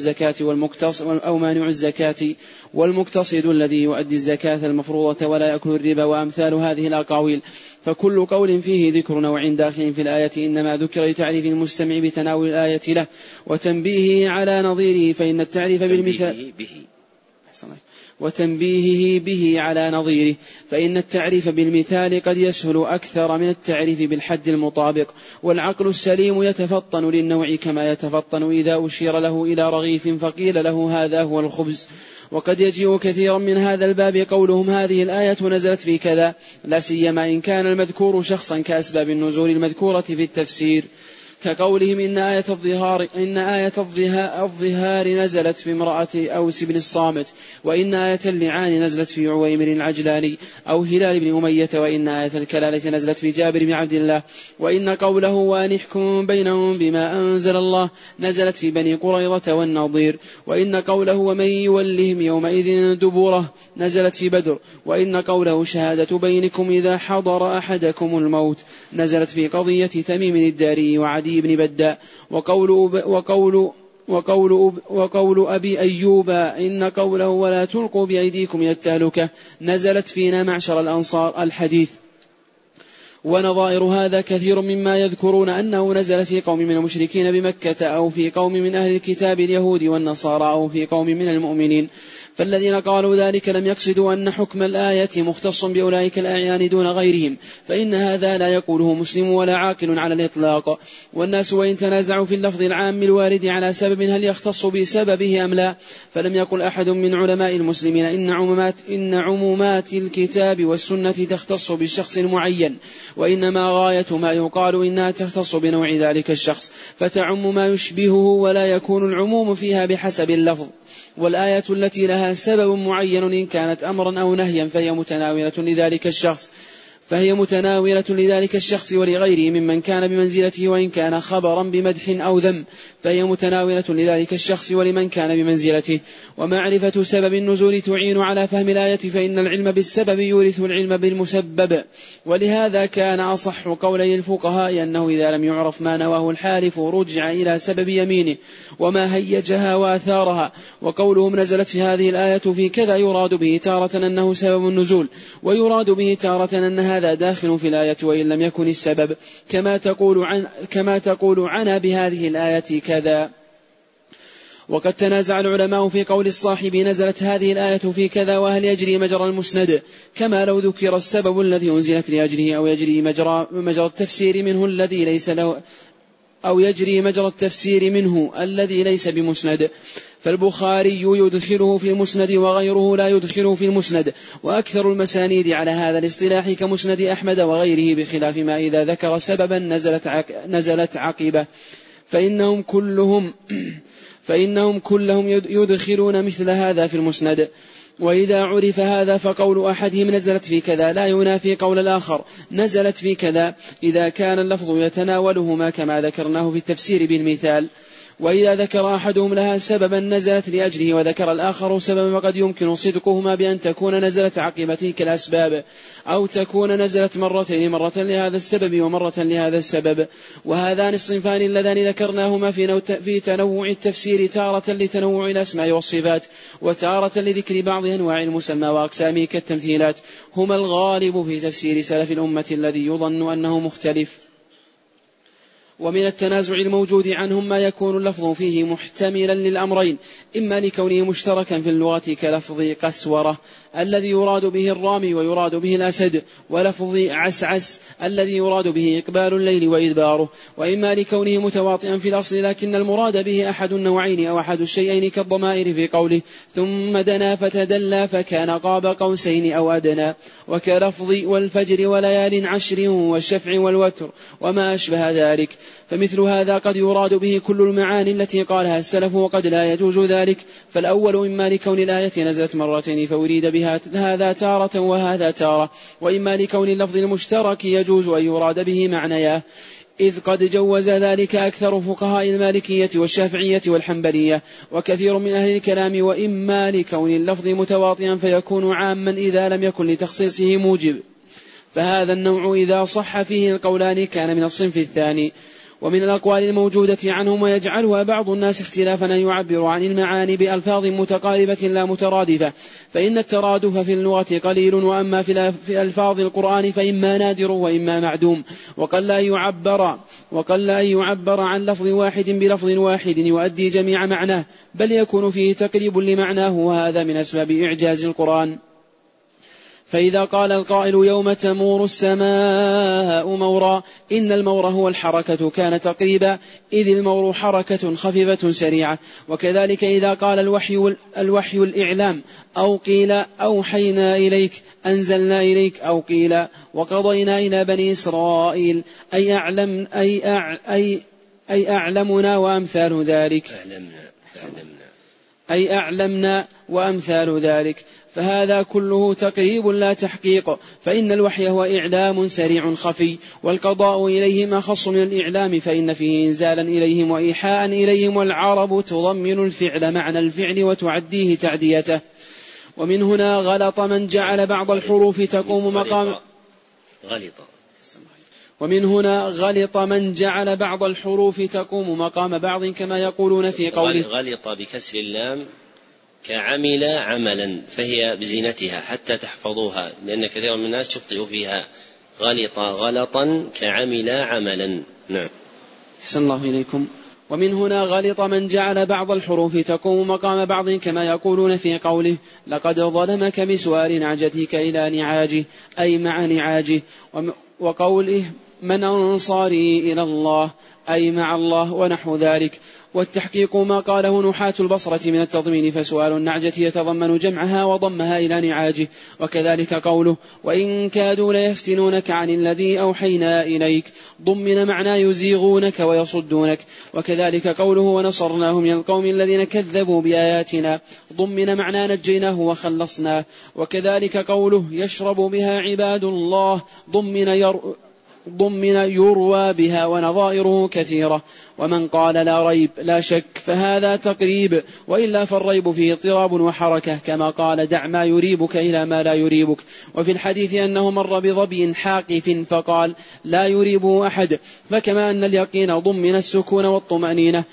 مانع الزكاة والمقتصد الذي يؤدي الزكاة المفروضة ولا يأكل الربا، وأمثال هذه الأقاويل. فكل قول فيه ذكر نوع داخل في الآية إنما ذكر لتعريف المستمع بتناول الآية له وتنبيهه على نظيره، فإن التعريف بالمثال وتنبيهه به على نظيره، فإن التعريف بالمثال قد يسهل أكثر من التعريف بالحد المطابق. والعقل السليم يتفطن للنوع كما يتفطن إذا أشير له إلى رغيف فقيل له هذا هو الخبز. وقد يجيء كثيرا من هذا الباب قولهم هذه الآية نزلت في كذا، لا سيما إن كان المذكور شخصا كأسباب النزول المذكورة في التفسير، كقولهم إن آية الظهار نزلت في امرأة أوس بن الصامت، وإن آية اللعان نزلت في عويمر العجلاني أو هلال بن أمية، وإن آية الكلالة نزلت في جابر بن عبد الله، وإن قوله وأنحكم بينهم بما أنزل الله نزلت في بني قريظة والنضير، وإن قوله ومن يولهم يومئذ دبوره نزلت في بدر، وإن قوله شهادة بينكم إذا حضر أحدكم الموت نزلت في قضية تميم الداري وعدي بن بداء. وقول أبي أيوب إن قوله ولا تلقوا بأيديكم إلى التهلكة نزلت فينا معشر الأنصار الحديث. ونظائر هذا كثير مما يذكرون أنه نزل في قوم من المشركين بمكة، أو في قوم من أهل الكتاب اليهود والنصارى، أو في قوم من المؤمنين. فالذين قالوا ذلك لم يقصدوا أن حكم الآية مختص بأولئك الأعيان دون غيرهم، فإن هذا لا يقوله مسلم ولا عاقل على الإطلاق. والناس وإن تنازعوا في اللفظ العام الوارد على سبب هل يختص بسببه أم لا، فلم يقل أحد من علماء المسلمين إن عمومات الكتاب والسنة تختص بالشخص المعين، وإنما غاية ما يقال إنها تختص بنوع ذلك الشخص فتعم ما يشبهه، ولا يكون العموم فيها بحسب اللفظ. والآية التي لها سبب معين إن كانت أمرا أو نهيا فهي متناولة لذلك الشخص ولغيره ممن كان بمنزلته، وإن كان خبرا بمدح أو ذم فهي متناولة لذلك الشخص ولمن كان بمنزلته. ومعرفة سبب النزول تعين على فهم الآية، فإن العلم بالسبب يورث العلم بالمسبب. ولهذا كان أصح قولي الفقهاء أنه إذا لم يعرف ما نواه الحالف رجع إلى سبب يمينه وما هيجها وآثارها. وقولهم نزلت في هذه الآية في كذا يراد به تارة أنه سبب النزول، ويراد به تارة أن هذا داخل في الآية وإن لم يكن السبب، كما تقول عنا بهذه الآية كذا. وقد تنازع العلماء في قول الصاحب نزلت هذه الآية في كذا، وهل يجري مجرى المسند كما لو ذكر السبب الذي أنزلت لأجله، أو يجري مجرى التفسير منه الذي ليس له، أو يجري مجرى التفسير منه الذي ليس بمسند. فالبخاري يدخله في المسند وغيره لا يدخله في المسند، وأكثر المسانيد على هذا الاصطلاح كمسند أحمد وغيره، بخلاف ما إذا ذكر سببا نزلت عقبه، فإنهم كلهم يدخلون مثل هذا في المسند. وإذا عرف هذا فقول أحدهم نزلت في كذا لا ينافي قول الآخر نزلت في كذا، إذا كان اللفظ يتناولهما كما ذكرناه في التفسير بالمثال. وإذا ذكر أحدهم لها سببا نزلت لأجله وذكر الآخر سببا فقد يمكن صدقهما بأن تكون نزلت عقب تلك الأسباب أو تكون نزلت مرتين، مرة لهذا السبب ومرة لهذا السبب. وهذان الصنفان اللذان ذكرناهما في تنوع التفسير، تارة لتنوع الأسماء والصفات وتارة لذكر بعض أنواع المسمى وأقسامه كالتمثيلات، هما الغالب في تفسير سلف الأمة الذي يظن أنه مختلف. ومن التنازع الموجود عنهم ما يكون اللفظ فيه محتملا للأمرين، إما لكونه مشتركا في اللغة كلفظ قسورة الذي يراد به الرامي ويراد به الأسد، ولفظ عسعس الذي يراد به إقبال الليل وإدباره، وإما لكونه متواطئا في الأصل لكن المراد به أحد النوعين أو أحد الشيئين كالضمائر في قوله ثم دنا فتدلى فكان قاب قوسين أو أدنى، وكلفظ والفجر وليال عشر والشفع والوتر وما أشبه ذلك. فمثل هذا قد يراد به كل المعاني التي قالها السلف وقد لا يجوز ذلك. فالأول إما لكون الآية نزلت مرتين فأريد بها هذا تارة وهذا تارة، وإما لكون اللفظ المشترك يجوز أن يراد به معنياه، إذ قد جوز ذلك أكثر فقهاء المالكية والشافعية والحنبلية وكثير من أهل الكلام. وإما لكون اللفظ متواطئا فيكون عاما إذا لم يكن لتخصيصه موجب، فهذا النوع إذا صح فيه القولان كان من الصنف الثاني. ومن الأقوال الموجودة عنهم ويجعلها بعض الناس اختلافا أن يعبروا عن المعاني بألفاظ متقاربة لا مترادفة، فإن الترادف في اللغة قليل، وأما في ألفاظ القرآن فإما نادر وإما معدوم، وقل أن يعبر عن لفظ واحد بلفظ واحد يؤدي جميع معناه، بل يكون فيه تقريب لمعناه، وهذا من أسباب إعجاز القرآن. فإذا قال القائل يوم تمور السماء مورا، إن المور هو الحركة كان تقريبا، إذ المور حركة خفيفة سريعة. وكذلك إذا قال الوحي الإعلام، أو قيل أوحينا إليك أنزلنا إليك، أو قيل وقضينا إلى بني إسرائيل أي أعلمنا وأمثال ذلك، أي أعلمنا وأمثال ذلك. فهذا كله تقريب لا تحقيق، فإن الوحي هو إعلام سريع خفي، والقضاء إليهم أخص من الإعلام، فإن فيه إنزالا إليهم وإيحاء إليهم، والعرب تضمن الفعل معنى الفعل وتعديه تعديته. ومن هنا غلط من جعل بعض الحروف تقوم مقام بعض الحروف تقوم مقام بعض، كما يقولون في قوله غلط بكسر اللام كعمل عملا، فهي بزينتها حتى تحفظوها، لأن كثير من الناس تخطئ فيها. غلط غلطا كعمل عملا. نعم. أحسن الله إليكم. ومن هنا غلط من جعل بعض الحروف تقوم مقام بعض، كما يقولون في قوله لقد ظلمك بسؤال نعجتك إلى نعاجه، أي مع نعاجه. وقوله من أنصاري إلى الله، أي مع الله، ونحو ذلك. والتحقيق ما قاله نحاة البصرة من التضمين، فسؤال النعجة يتضمن جمعها وضمها إلى نعاجه. وكذلك قوله وإن كادوا ليفتنونك عن الذي أوحينا إليك، ضمن معنى يزيغونك ويصدونك. وكذلك قوله ونصرناه من القوم الذين كذبوا بآياتنا، ضمن معنى نجيناه وخلصناه. وكذلك قوله يشرب بها عباد الله، ضمن يروى بها، ونظائره كثيرة. ومن قال لا ريب لا شك فهذا تقريب، وإلا فالريب فيه اضطراب وحركة، كما قال دع ما يريبك إلى ما لا يريبك. وفي الحديث أنه مر بظبي حاقف فقال لا يريبه أحد. فكما أن اليقين ضمن السكون والطمأنينة،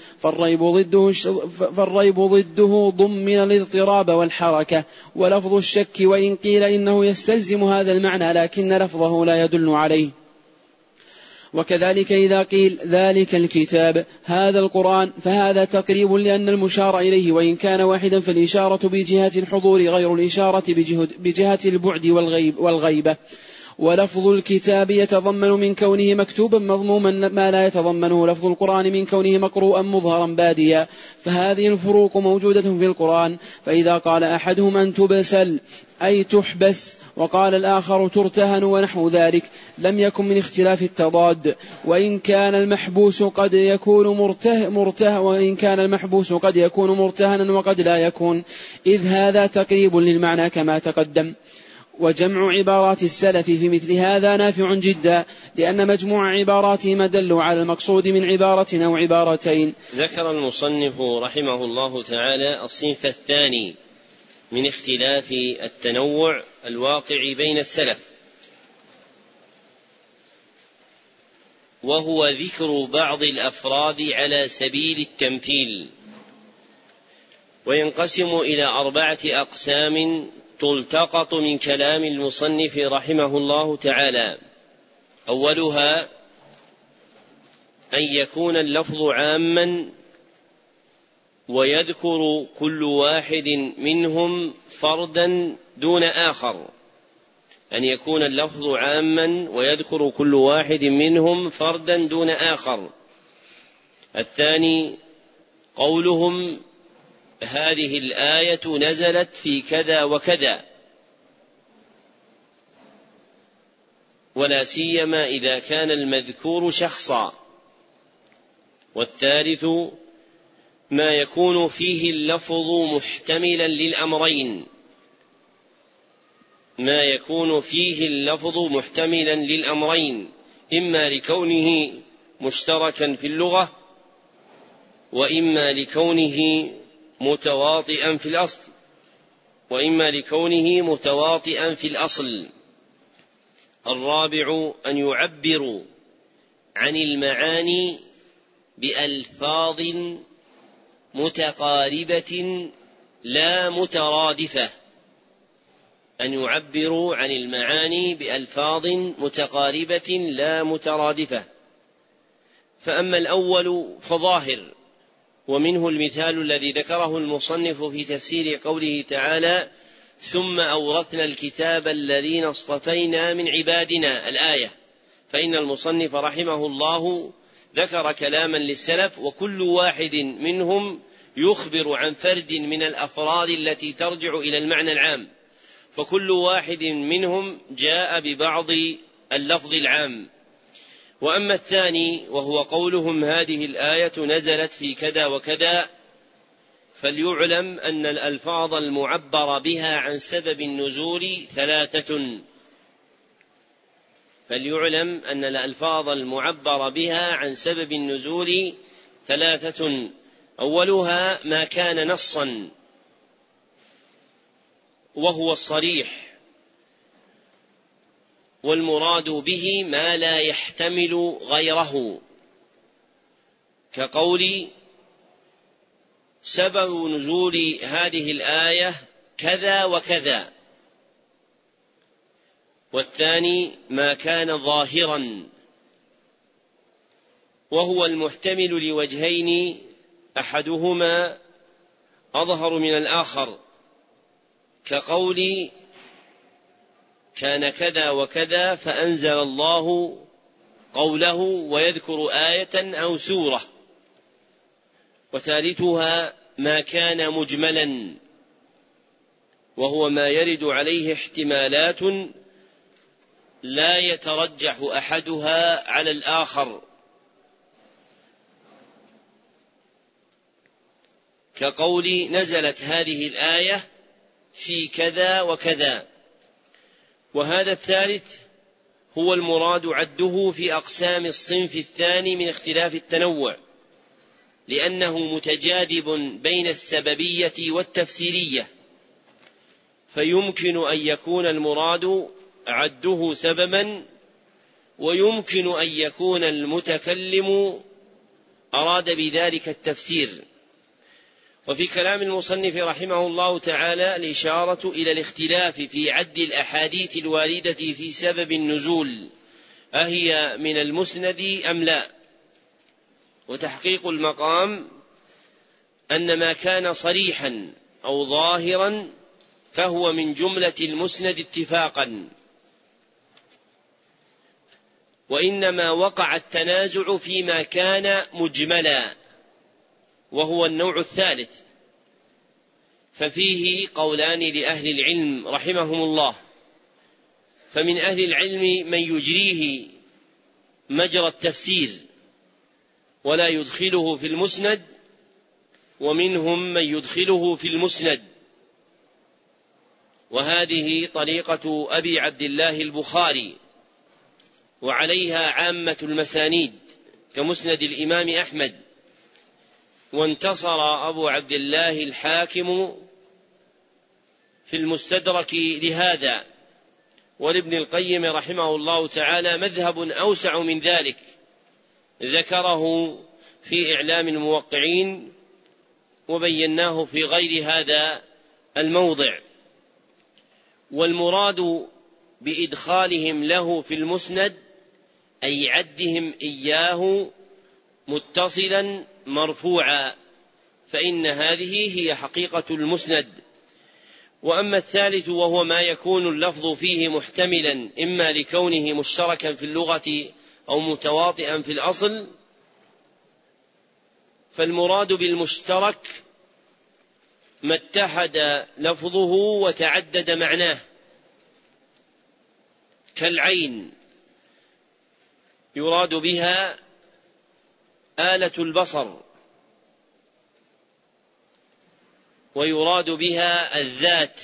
فالريب ضده ضمن الاضطراب والحركة. ولفظ الشك وإن قيل إنه يستلزم هذا المعنى لكن لفظه لا يدل عليه. وكذلك إذا قيل ذلك الكتاب هذا القرآن، فهذا تقريب، لأن المشار إليه وإن كان واحدا فالإشارة بجهة الحضور غير الإشارة بجهة البعد والغيبة. ولفظ الكتاب يتضمن من كونه مكتوبا مضموما ما لا يتضمنه لفظ القرآن من كونه مقروءا مظهرا باديا. فهذه الفروق موجودة في القرآن. فإذا قال أحدهم أن تبسل أي تحبس، وقال الآخر ترتهن ونحو ذلك، لم يكن من اختلاف التضاد. وإن كان المحبوس قد يكون مرتهنا وقد لا يكون، إذ هذا تقريب للمعنى كما تقدم. وجمع عبارات السلف في مثل هذا نافع جدا، لأن مجموع عباراتهم دل على المقصود من عبارة أو عبارتين. ذكر المصنف رحمه الله تعالى الصنف الثاني من اختلاف التنوع الواقع بين السلف، وهو ذكر بعض الأفراد على سبيل التمثيل، وينقسم إلى 4 أقسام تلتقط من كلام المصنف رحمه الله تعالى. أولها أن يكون اللفظ عاما ويذكر كل واحد منهم فردا دون آخر، أن يكون اللفظ عاما ويذكر كل واحد منهم فردا دون آخر. الثاني قولهم هذه الآية نزلت في كذا وكذا، ولا سيما إذا كان المذكور شخصا. والثالث ما يكون فيه اللفظ محتملا للأمرين، ما يكون فيه اللفظ محتملا للأمرين، إما لكونه مشتركا في اللغة، وإما لكونه متواطئا في الأصل، الرابع أن يعبروا عن المعاني بألفاظ متقاربة لا مترادفة، أن يعبروا عن المعاني بألفاظ متقاربة لا مترادفة. فأما الأول فظاهر، ومنه المثال الذي ذكره المصنف في تفسير قوله تعالى ثم أورثنا الكتاب الذين اصطفينا من عبادنا الآية، فإن المصنف رحمه الله ذكر كلاما للسلف، وكل واحد منهم يخبر عن فرد من الأفراد التي ترجع إلى المعنى العام، فكل واحد منهم جاء ببعض اللفظ العام. وأما الثاني وهو قولهم هذه الآية نزلت في كذا وكذا، فليعلم أن الألفاظ المعبر بها عن سبب النزول 3. فليعلم أن الألفاظ المعبر بها عن سبب النزول 3. أولها ما كان نصا وهو الصريح، والمراد به ما لا يحتمل غيره، كقول سبب نزول هذه الآية كذا وكذا. والثاني ما كان ظاهرا، وهو المحتمل لوجهين أحدهما أظهر من الآخر، كقول كان كذا وكذا فأنزل الله قوله ويذكر آية أو سورة. وثالثها ما كان مجملا، وهو ما يرد عليه احتمالات لا يترجح أحدها على الآخر، كقول نزلت هذه الآية في كذا وكذا. وهذا الثالث هو المراد عده في أقسام الصنف الثاني من اختلاف التنوع، لأنه متجاذب بين السببية والتفسيرية، فيمكن أن يكون المراد عده سببا، ويمكن أن يكون المتكلم أراد بذلك التفسير. وفي كلام المصنف رحمه الله تعالى الإشارة إلى الاختلاف في عد الأحاديث الواردة في سبب النزول، أهي من المسند أم لا؟ وتحقيق المقام أن ما كان صريحا أو ظاهرا فهو من جملة المسند اتفاقا، وإنما وقع التنازع فيما كان مجملا، وهو النوع الثالث، ففيه قولان لأهل العلم رحمهم الله. فمن أهل العلم من يجريه مجرى التفسير ولا يدخله في المسند، ومنهم من يدخله في المسند. وهذه طريقة أبي عبد الله البخاري، وعليها عامة المسانيد كمسند الإمام أحمد. وانتصر أبو عبد الله الحاكم في المستدرك لهذا، ولابن القيم رحمه الله تعالى مذهب أوسع من ذلك ذكره في إعلام الموقعين، وبيناه في غير هذا الموضع. والمراد بإدخالهم له في المسند أي عدهم إياه متصلا مرفوعا، فإن هذه هي حقيقة المسند. وأما الثالث وهو ما يكون اللفظ فيه محتملا إما لكونه مشتركا في اللغة أو متواطئا في الأصل، فالمراد بالمشترك ما اتحد لفظه وتعدد معناه، كالعين يراد بها آلة البصر، ويراد بها الذات،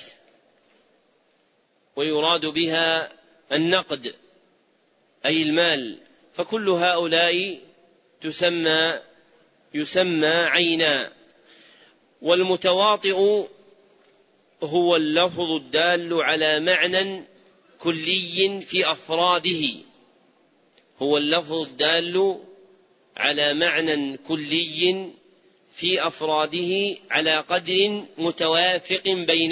ويراد بها النقد أي المال، فكل هؤلاء يسمى عينا. والمتواطئ هو اللفظ الدال على معنى كلي في أفراده، هو اللفظ الدال على معنى كلي في أفراده على قدر متوافق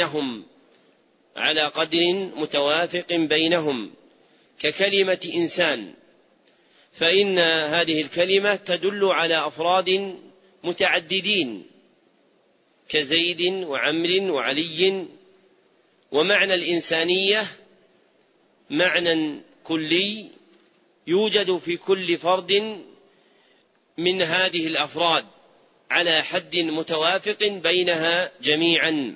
بينهم، ككلمة إنسان، فإن هذه الكلمة تدل على أفراد متعددين كزيد وعمر وعلي. ومعنى الإنسانية معنى كلي يوجد في كل فرد من هذه الأفراد على حد متوافق بينها جميعا.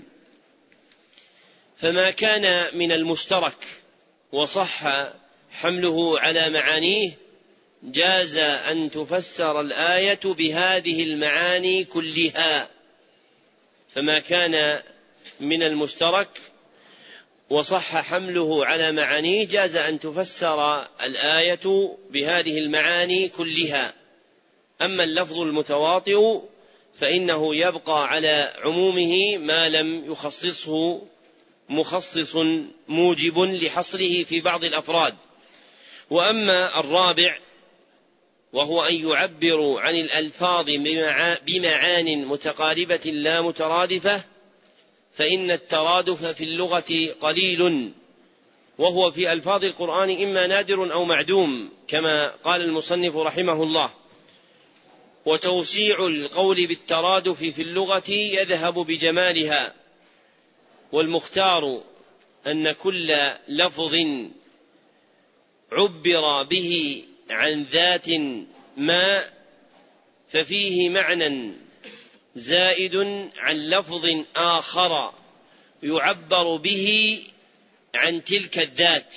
فما كان من المشترك وصح حمله على معانيه جاز أن تفسر الآية بهذه المعاني كلها. فما كان من المشترك وصح حمله على معانيه جاز أن تفسر الآية بهذه المعاني كلها. أما اللفظ المتواطئ فإنه يبقى على عمومه ما لم يخصصه مخصص موجب لحصره في بعض الأفراد. وأما الرابع وهو أن يعبروا عن الألفاظ بمعان متقاربة لا مترادفة، فإن الترادف في اللغة قليل، وهو في ألفاظ القرآن إما نادر أو معدوم كما قال المصنف رحمه الله. وتوسيع القول بالترادف في اللغة يذهب بجمالها، والمختار أن كل لفظ عبر به عن ذات ما ففيه معنى زائد عن لفظ آخر يعبر به عن تلك الذات،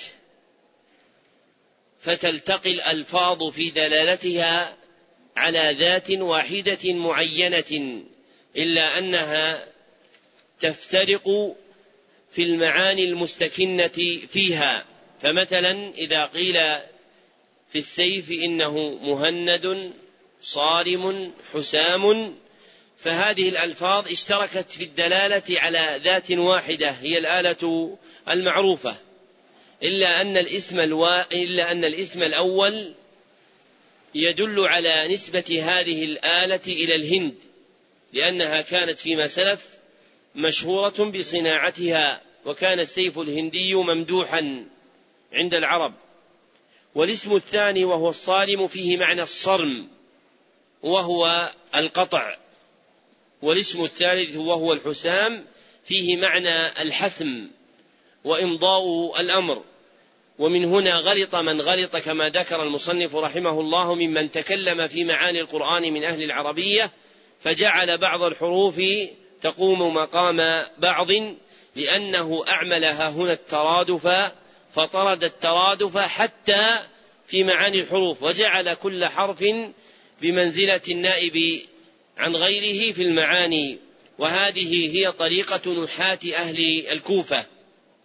فتلتقي الألفاظ في دلالتها على ذات واحدة معينة، إلا أنها تفترق في المعاني المستكنة فيها. فمثلا إذا قيل في السيف إنه مهند صارم حسام، فهذه الألفاظ اشتركت في الدلالة على ذات واحدة هي الآلة المعروفة، إلا أن الاسم الأول يدل على نسبة هذه الآلة إلى الهند، لأنها كانت فيما سلف مشهورة بصناعتها، وكان السيف الهندي ممدوحا عند العرب. والاسم الثاني وهو الصارم فيه معنى الصرم وهو القطع، والاسم الثالث وهو الحسام فيه معنى الحسم وإمضاء الأمر. ومن هنا غلط من غلط كما ذكر المصنف رحمه الله ممن تكلم في معاني القرآن من أهل العربية، فجعل بعض الحروف تقوم مقام بعض، لأنه أعملها هنا الترادف، فطرد الترادف حتى في معاني الحروف، وجعل كل حرف بمنزلة النائب عن غيره في المعاني. وهذه هي طريقة نحاة أهل الكوفة،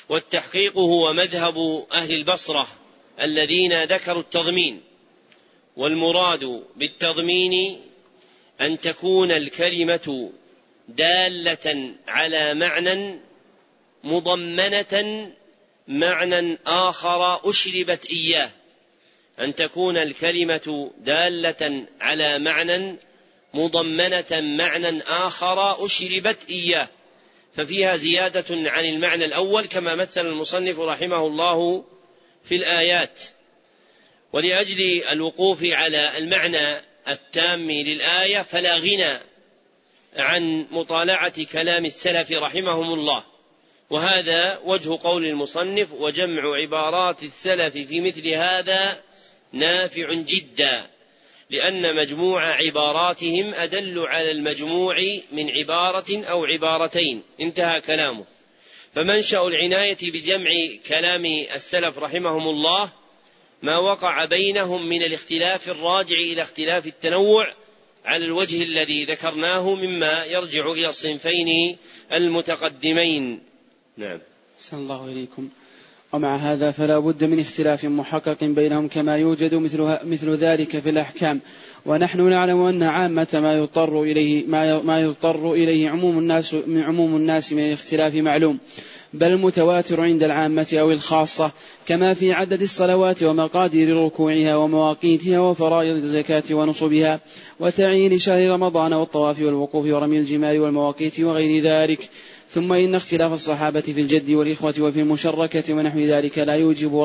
والتحقيق هو مذهب أهل البصرة الذين ذكروا التضمين، والمراد بالتضمين أن تكون الكلمة دالة على معنى مضمنة معنى آخر أشربت إياه، أن تكون الكلمة دالة على معنى مضمنة معنى آخر أشربت إياه، ففيها زيادة عن المعنى الأول كما مثل المصنف رحمه الله في الآيات. ولأجل الوقوف على المعنى التام للآية فلا غنى عن مطالعة كلام السلف رحمهم الله، وهذا وجه قول المصنف: وجمع عبارات السلف في مثل هذا نافع جدا، لأن مجموع عباراتهم أدل على المجموع من عبارة أو عبارتين. انتهى كلامه. فمنشأ العناية بجمع كلام السلف رحمهم الله ما وقع بينهم من الاختلاف الراجع إلى اختلاف التنوع على الوجه الذي ذكرناه مما يرجع إلى الصنفين المتقدمين. نعم. أحسن الله إليكم. ومع هذا فلا بد من اختلاف محقق بينهم كما يوجد مثل ذلك في الأحكام، ونحن نعلم أن عامة ما يضطر إليه عموم الناس من الاختلاف معلوم، بل متواتر عند العامة أو الخاصة، كما في عدد الصلوات ومقادير ركوعها ومواقيتها وفرائض الزكاة ونصبها وتعيين شهر رمضان والطواف والوقوف ورمي الجمار والمواقيت وغير ذلك. ثم إن اختلاف الصحابة في الجد والإخوة وفي المشركة ونحو ذلك لا يوجب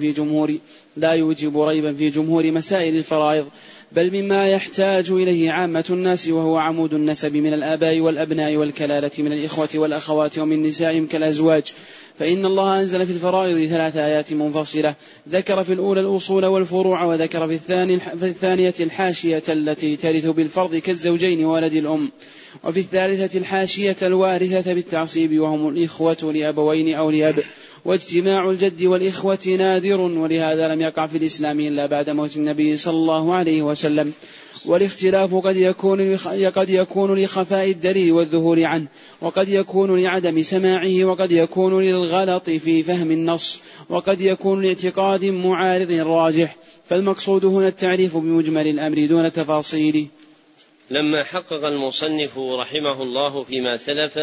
ريبا في جمهور مسائل الفرائض، بل مما يحتاج إليه عامة الناس، وهو عمود النسب من الآباء والأبناء والكلالة من الإخوة والأخوات ومن نسائهم كالأزواج. فإن الله أنزل في الفرائض 3 آيات منفصلة، ذكر في الأولى الأصول والفروع، وذكر في الثانية الحاشية التي ترث بالفرض كالزوجين وولد الأم، وفي الثالثة الحاشية الوارثة بالتعصيب وهم الإخوة لأبوين أو لأب. واجتماع الجد والإخوة نادر، ولهذا لم يقع في الإسلام إلا بعد موت النبي صلى الله عليه وسلم. والاختلاف قد يكون لخفاء الدليل والذهول عنه، وقد يكون لعدم سماعه، وقد يكون للغلط في فهم النص، وقد يكون لاعتقاد معارض راجح، فالمقصود هنا التعريف بمجمل الأمر دون تفاصيله. لما حقق المصنف رحمه الله فيما سلف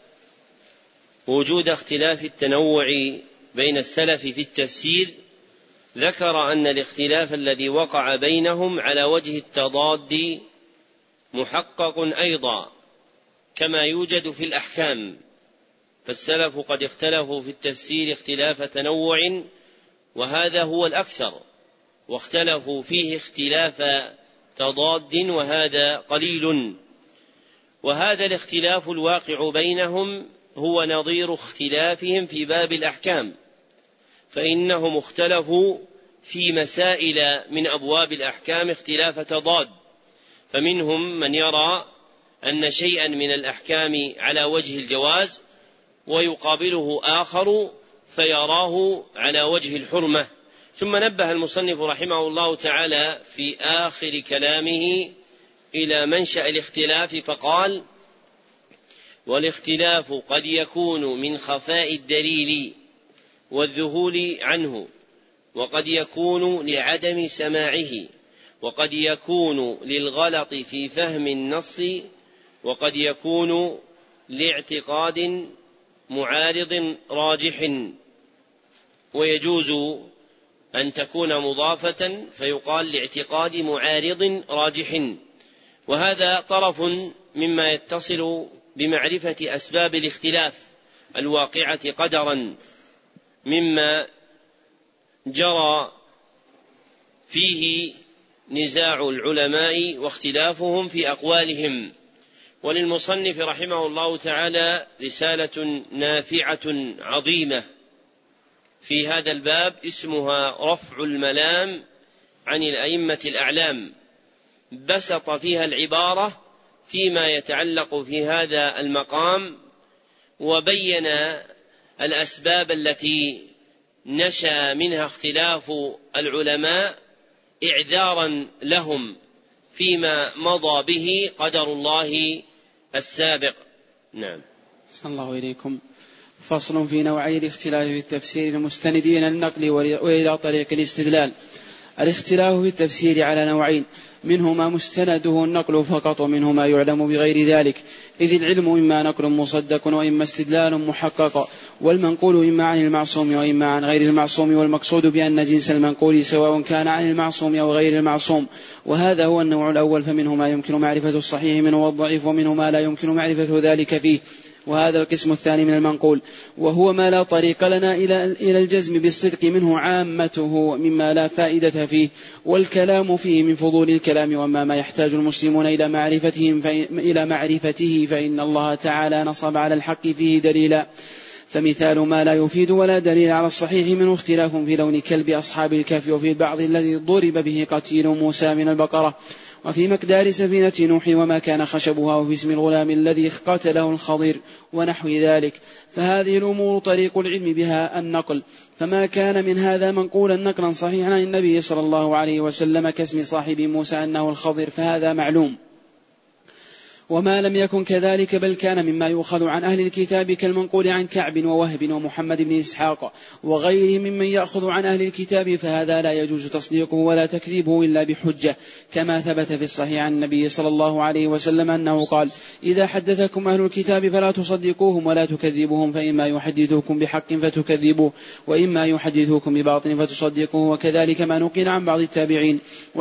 وجود اختلاف التنوع بين السلف في التفسير، ذكر أن الاختلاف الذي وقع بينهم على وجه التضاد محقق أيضا كما يوجد في الأحكام، فالسلف قد اختلفوا في التفسير اختلاف تنوع وهذا هو الأكثر، واختلفوا فيه اختلاف تضاد وهذا قليل. وهذا الاختلاف الواقع بينهم هو نظير اختلافهم في باب الأحكام، فإنهم اختلفوا في مسائل من أبواب الأحكام اختلاف تضاد، فمنهم من يرى أن شيئا من الأحكام على وجه الجواز ويقابله آخر فيراه على وجه الحرمة. ثم نبه المصنف رحمه الله تعالى في آخر كلامه إلى منشأ الاختلاف فقال: والاختلاف قد يكون من خفاء الدليل والذهول عنه، وقد يكون لعدم سماعه، وقد يكون للغلط في فهم النص، وقد يكون لاعتقاد معارض راجح. ويجوز أن تكون مضافة فيقال لاعتقاد معارض راجح، وهذا طرف مما يتصل بمعرفة أسباب الاختلاف الواقعة قدرا مما جرى فيه نزاع العلماء واختلافهم في أقوالهم. وللمصنف رحمه الله تعالى رسالة نافعة عظيمة في هذا الباب اسمها رفع الملام عن الأئمة الأعلام، بسط فيها العبارة فيما يتعلق في هذا المقام، وبين الأسباب التي نشأ منها اختلاف العلماء إعذارا لهم فيما مضى به قدر الله السابق. نعم. صلى الله إليكم. فصل في نوعي الاختلاف في التفسير المستندين للنقل وإلى طريق الاستدلال. الاختلاف في التفسير على نوعين: منه ما مستنده النقل فقط، ومنه ما يعلم بغير ذلك، إذ العلم إما نقل مصدق وإما استدلال محقق، والمنقول إما عن المعصوم وإما عن غير المعصوم، والمقصود بأن جنس المنقول سواء كان عن المعصوم أو غير المعصوم. وهذا هو النوع الأول، فمنه ما يمكن معرفة الصحيح منه والضعيف، ومنه ما لا يمكن معرفة ذلك فيه. وهذا القسم الثاني من المنقول، وهو ما لا طريق لنا إلى الجزم بالصدق منه عامته مما لا فائدة فيه، والكلام فيه من فضول الكلام. وأما ما يحتاج المسلمون إلى معرفته فإن الله تعالى نصب على الحق فيه دليلا. فمثال ما لا يفيد ولا دليل على الصحيح منه اختلاف في لون كلب أصحاب الكهف، وفي البعض الذي ضرب به قتيل موسى من البقرة، وفي مقدار سفينة نوح وما كان خشبها، وفي اسم الغلام الذي قتله الخضر ونحو ذلك. فهذه الأمور طريق العلم بها النقل، فما كان من هذا منقولا نقلا صحيحا عن النبي صلى الله عليه وسلم كاسم صاحب موسى أنه الخضر فهذا معلوم. وما لم يكن كذلك بل كان مما يؤخذ عن أهل الكتاب كالمنقول عن كعب ووهب ومحمد بن إسحاق وغيرهم ممن يأخذ عن أهل الكتاب، فهذا لا يجوز تصديقه ولا تكذيبه إلا بحجة، كما ثبت في الصحيح عن النبي صلى الله عليه وسلم أنه قال: إذا حدثكم أهل الكتاب فلا تصدقوهم ولا تكذبوهم، فإما يحدثوكم بحق فتكذبوه وإما يحدثوكم بباطل فتصدقوه. وكذلك ما نقل عن بعض التابعين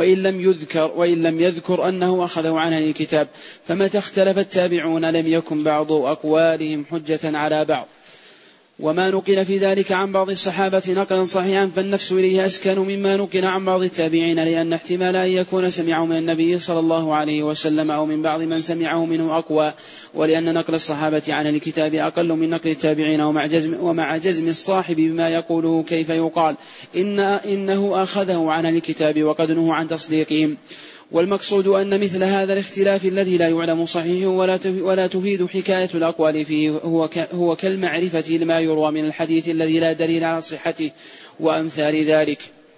وإن لم يذكر أنه أخذه عن أهل الكتاب. فمتى اختلف التابعون لم يكن بعض أقوالهم حجة على بعض. وما نقل في ذلك عن بعض الصحابة نقلا صحيحا فالنفس إليه أسكن مما نقل عن بعض التابعين، لأن احتمال أن يكون سمعه من النبي صلى الله عليه وسلم أو من بعض من سمعه منه أقوى، ولأن نقل الصحابة عن الكتاب أقل من نقل التابعين. ومع جزم الصاحب بما يقوله كيف يقال إنه أخذه عن الكتاب وقد نهوا عن تصديقهم. والمقصود أن مثل هذا الاختلاف الذي لا يعلم صحيح ولا تفيد حكاية الأقوال فيه هو كالمعرفة لما يروى من الحديث الذي لا دليل على صحته وأمثال ذلك.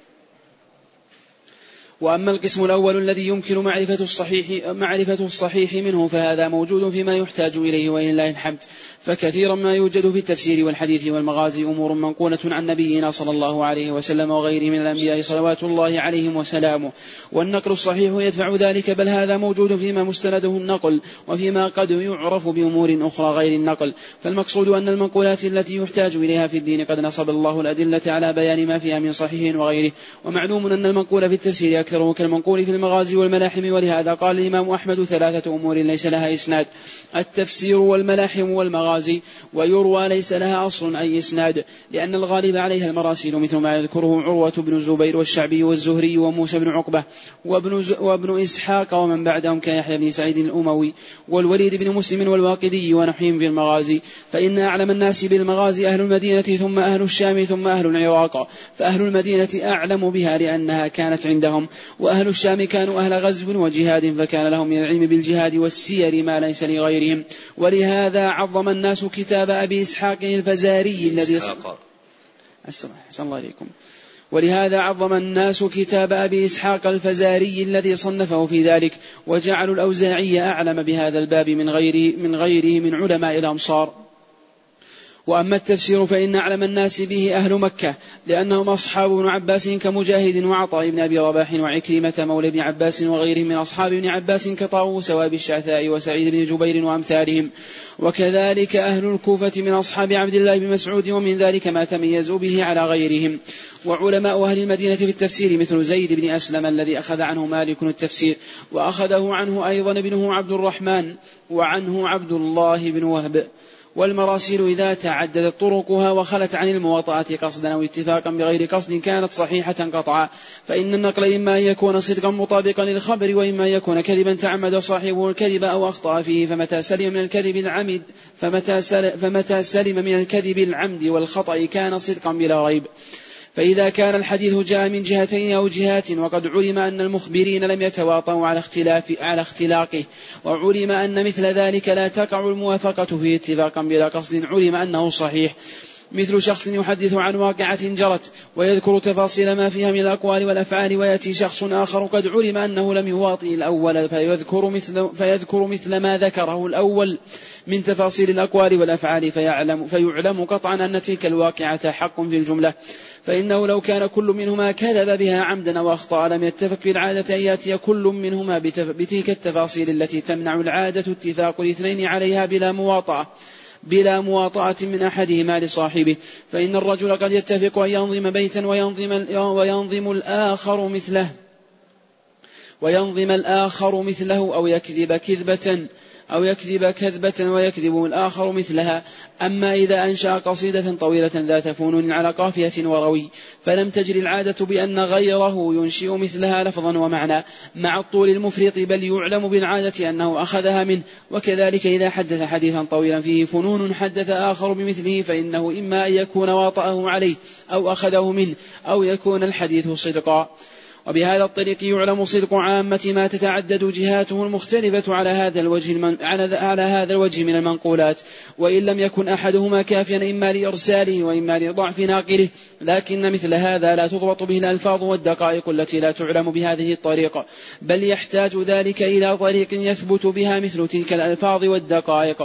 وأما القسم الأول الذي يمكن معرفة الصحيح منه فهذا موجود فيما يحتاج إليه ولله الحمد. فكثيرا ما يوجد في التفسير والحديث والمغازي أمور منقولة عن نبينا صلى الله عليه وسلم وغيره من الأنبياء صلوات الله عليهم وسلامه، والنقل الصحيح يدفع ذلك، بل هذا موجود فيما مستنده النقل وفيما قد يعرف بأمور أخرى غير النقل. فالمقصود أن المنقولات التي يحتاج إليها في الدين قد نصب الله الأدلة على بيان ما فيها من صحيح وغيره. ومعلوم أن المنقول في التفسير أكثره كالمنقول في المغازي والملاحم، ولهذا قال الإمام أحمد: 3 أمور ليس لها إسناد: التفسير والملاحم والمغازي، ويروى ليس لها أصل أي إسناد، لأن الغالب عليها المراسيل، مثل ما يذكره عروة بن الزبير والشعبي والزهري وموسى بن عقبة وابن إسحاق ومن بعدهم كيحيى بن سعيد الأموي والوليد بن مسلم والواقدي ونحوهم في المغازي. فإن أعلم الناس بالمغازي أهل المدينة ثم أهل الشام ثم أهل العراق، فأهل المدينة أعلم بها لأنها كانت عندهم، وأهل الشام كانوا أهل غزو وجهاد فكان لهم من العلم بالجهاد والسير ما ليس لغيرهم. ولهذا عظم الناس كتاب أبي إسحاق الفزاري الذي ولهذا عظم الناس كتاب أبي إسحاق الفزاري الذي صنفه في ذلك، وجعلوا الأوزاعي أعلم بهذا الباب من غيره من علماء الأمصار. وأما التفسير فإن أعلم الناس به أهل مكة، لأنهم أصحاب ابن عباس كمجاهد وعطاء بن أبي رباح وعكرمة مولى ابن عباس وغيرهم من أصحاب ابن عباس كطاووس وأبي الشعثاء وسعيد بن جبير وأمثالهم. وكذلك أهل الكوفة من أصحاب عبد الله بن مسعود، ومن ذلك ما تميزوا به على غيرهم. وعلماء أهل المدينة في التفسير مثل زيد بن أسلم الذي أخذ عنه مالك التفسير، وأخذه عنه أيضا ابنه عبد الرحمن، وعنه عبد الله بن وهب. والمراسيل إذا تعددت طرقها وخلت عن المواطأة قصدا أو اتفاقا بغير قصد كانت صحيحة قطعا. فإن النقل إما أن يكون صدقا مطابقا للخبر، وإما أن يكون كذبا تعمد صاحبه الكذب أو أخطأ فيه، فمتى سلم من الكذب العمد والخطأ كان صدقا بلا ريب. فإذا كان الحديث جاء من جهتين أو جهات، وقد علم أن المخبرين لم يتواطؤوا على اختلاقه، وعلم أن مثل ذلك لا تقع الموافقة فيه اتفاقا بلا قصد، علم أنه صحيح. مثل شخص يحدث عن واقعة جرت ويذكر تفاصيل ما فيها من الأقوال والأفعال، ويأتي شخص آخر قد علم أنه لم يواطئ الأول فيذكر مثل ما ذكره الأول من تفاصيل الأقوال والأفعال، فيعلم قطعا أن تلك الواقعة حق في الجملة، فإنه لو كان كل منهما كذب بها عمدا أو أخطأ لم يتفق بالعادة أن يأتي كل منهما بتلك التفاصيل التي تمنع العادة اتفاق الاثنين عليها بلا مواطأة من أحدهما لصاحبه. فإن الرجل قد يتفق أن ينظم بيتا وينظم الآخر مثله أو يكذب كذبة ويكذب الآخر مثلها. أما إذا أنشأ قصيدة طويلة ذات فنون على قافية وروي فلم تجري العادة بأن غيره ينشئ مثلها لفظا ومعنى مع الطول المفرط، بل يعلم بالعادة أنه أخذها منه. وكذلك إذا حدث حديثا طويلا فيه فنون حدث آخر بمثله فإنه إما أن يكون واطأه عليه أو أخذه منه أو يكون الحديث صدقا. وبهذا الطريق يعلم صدق عامة ما تتعدد جهاته المختلفة على هذا الوجه من المنقولات، وإن لم يكن أحدهما كافيا إما لإرساله وإما لضعف ناقله، لكن مثل هذا لا تضبط به الألفاظ والدقائق التي لا تعلم بهذه الطريقة، بل يحتاج ذلك إلى طريق يثبت بها مثل تلك الألفاظ والدقائق.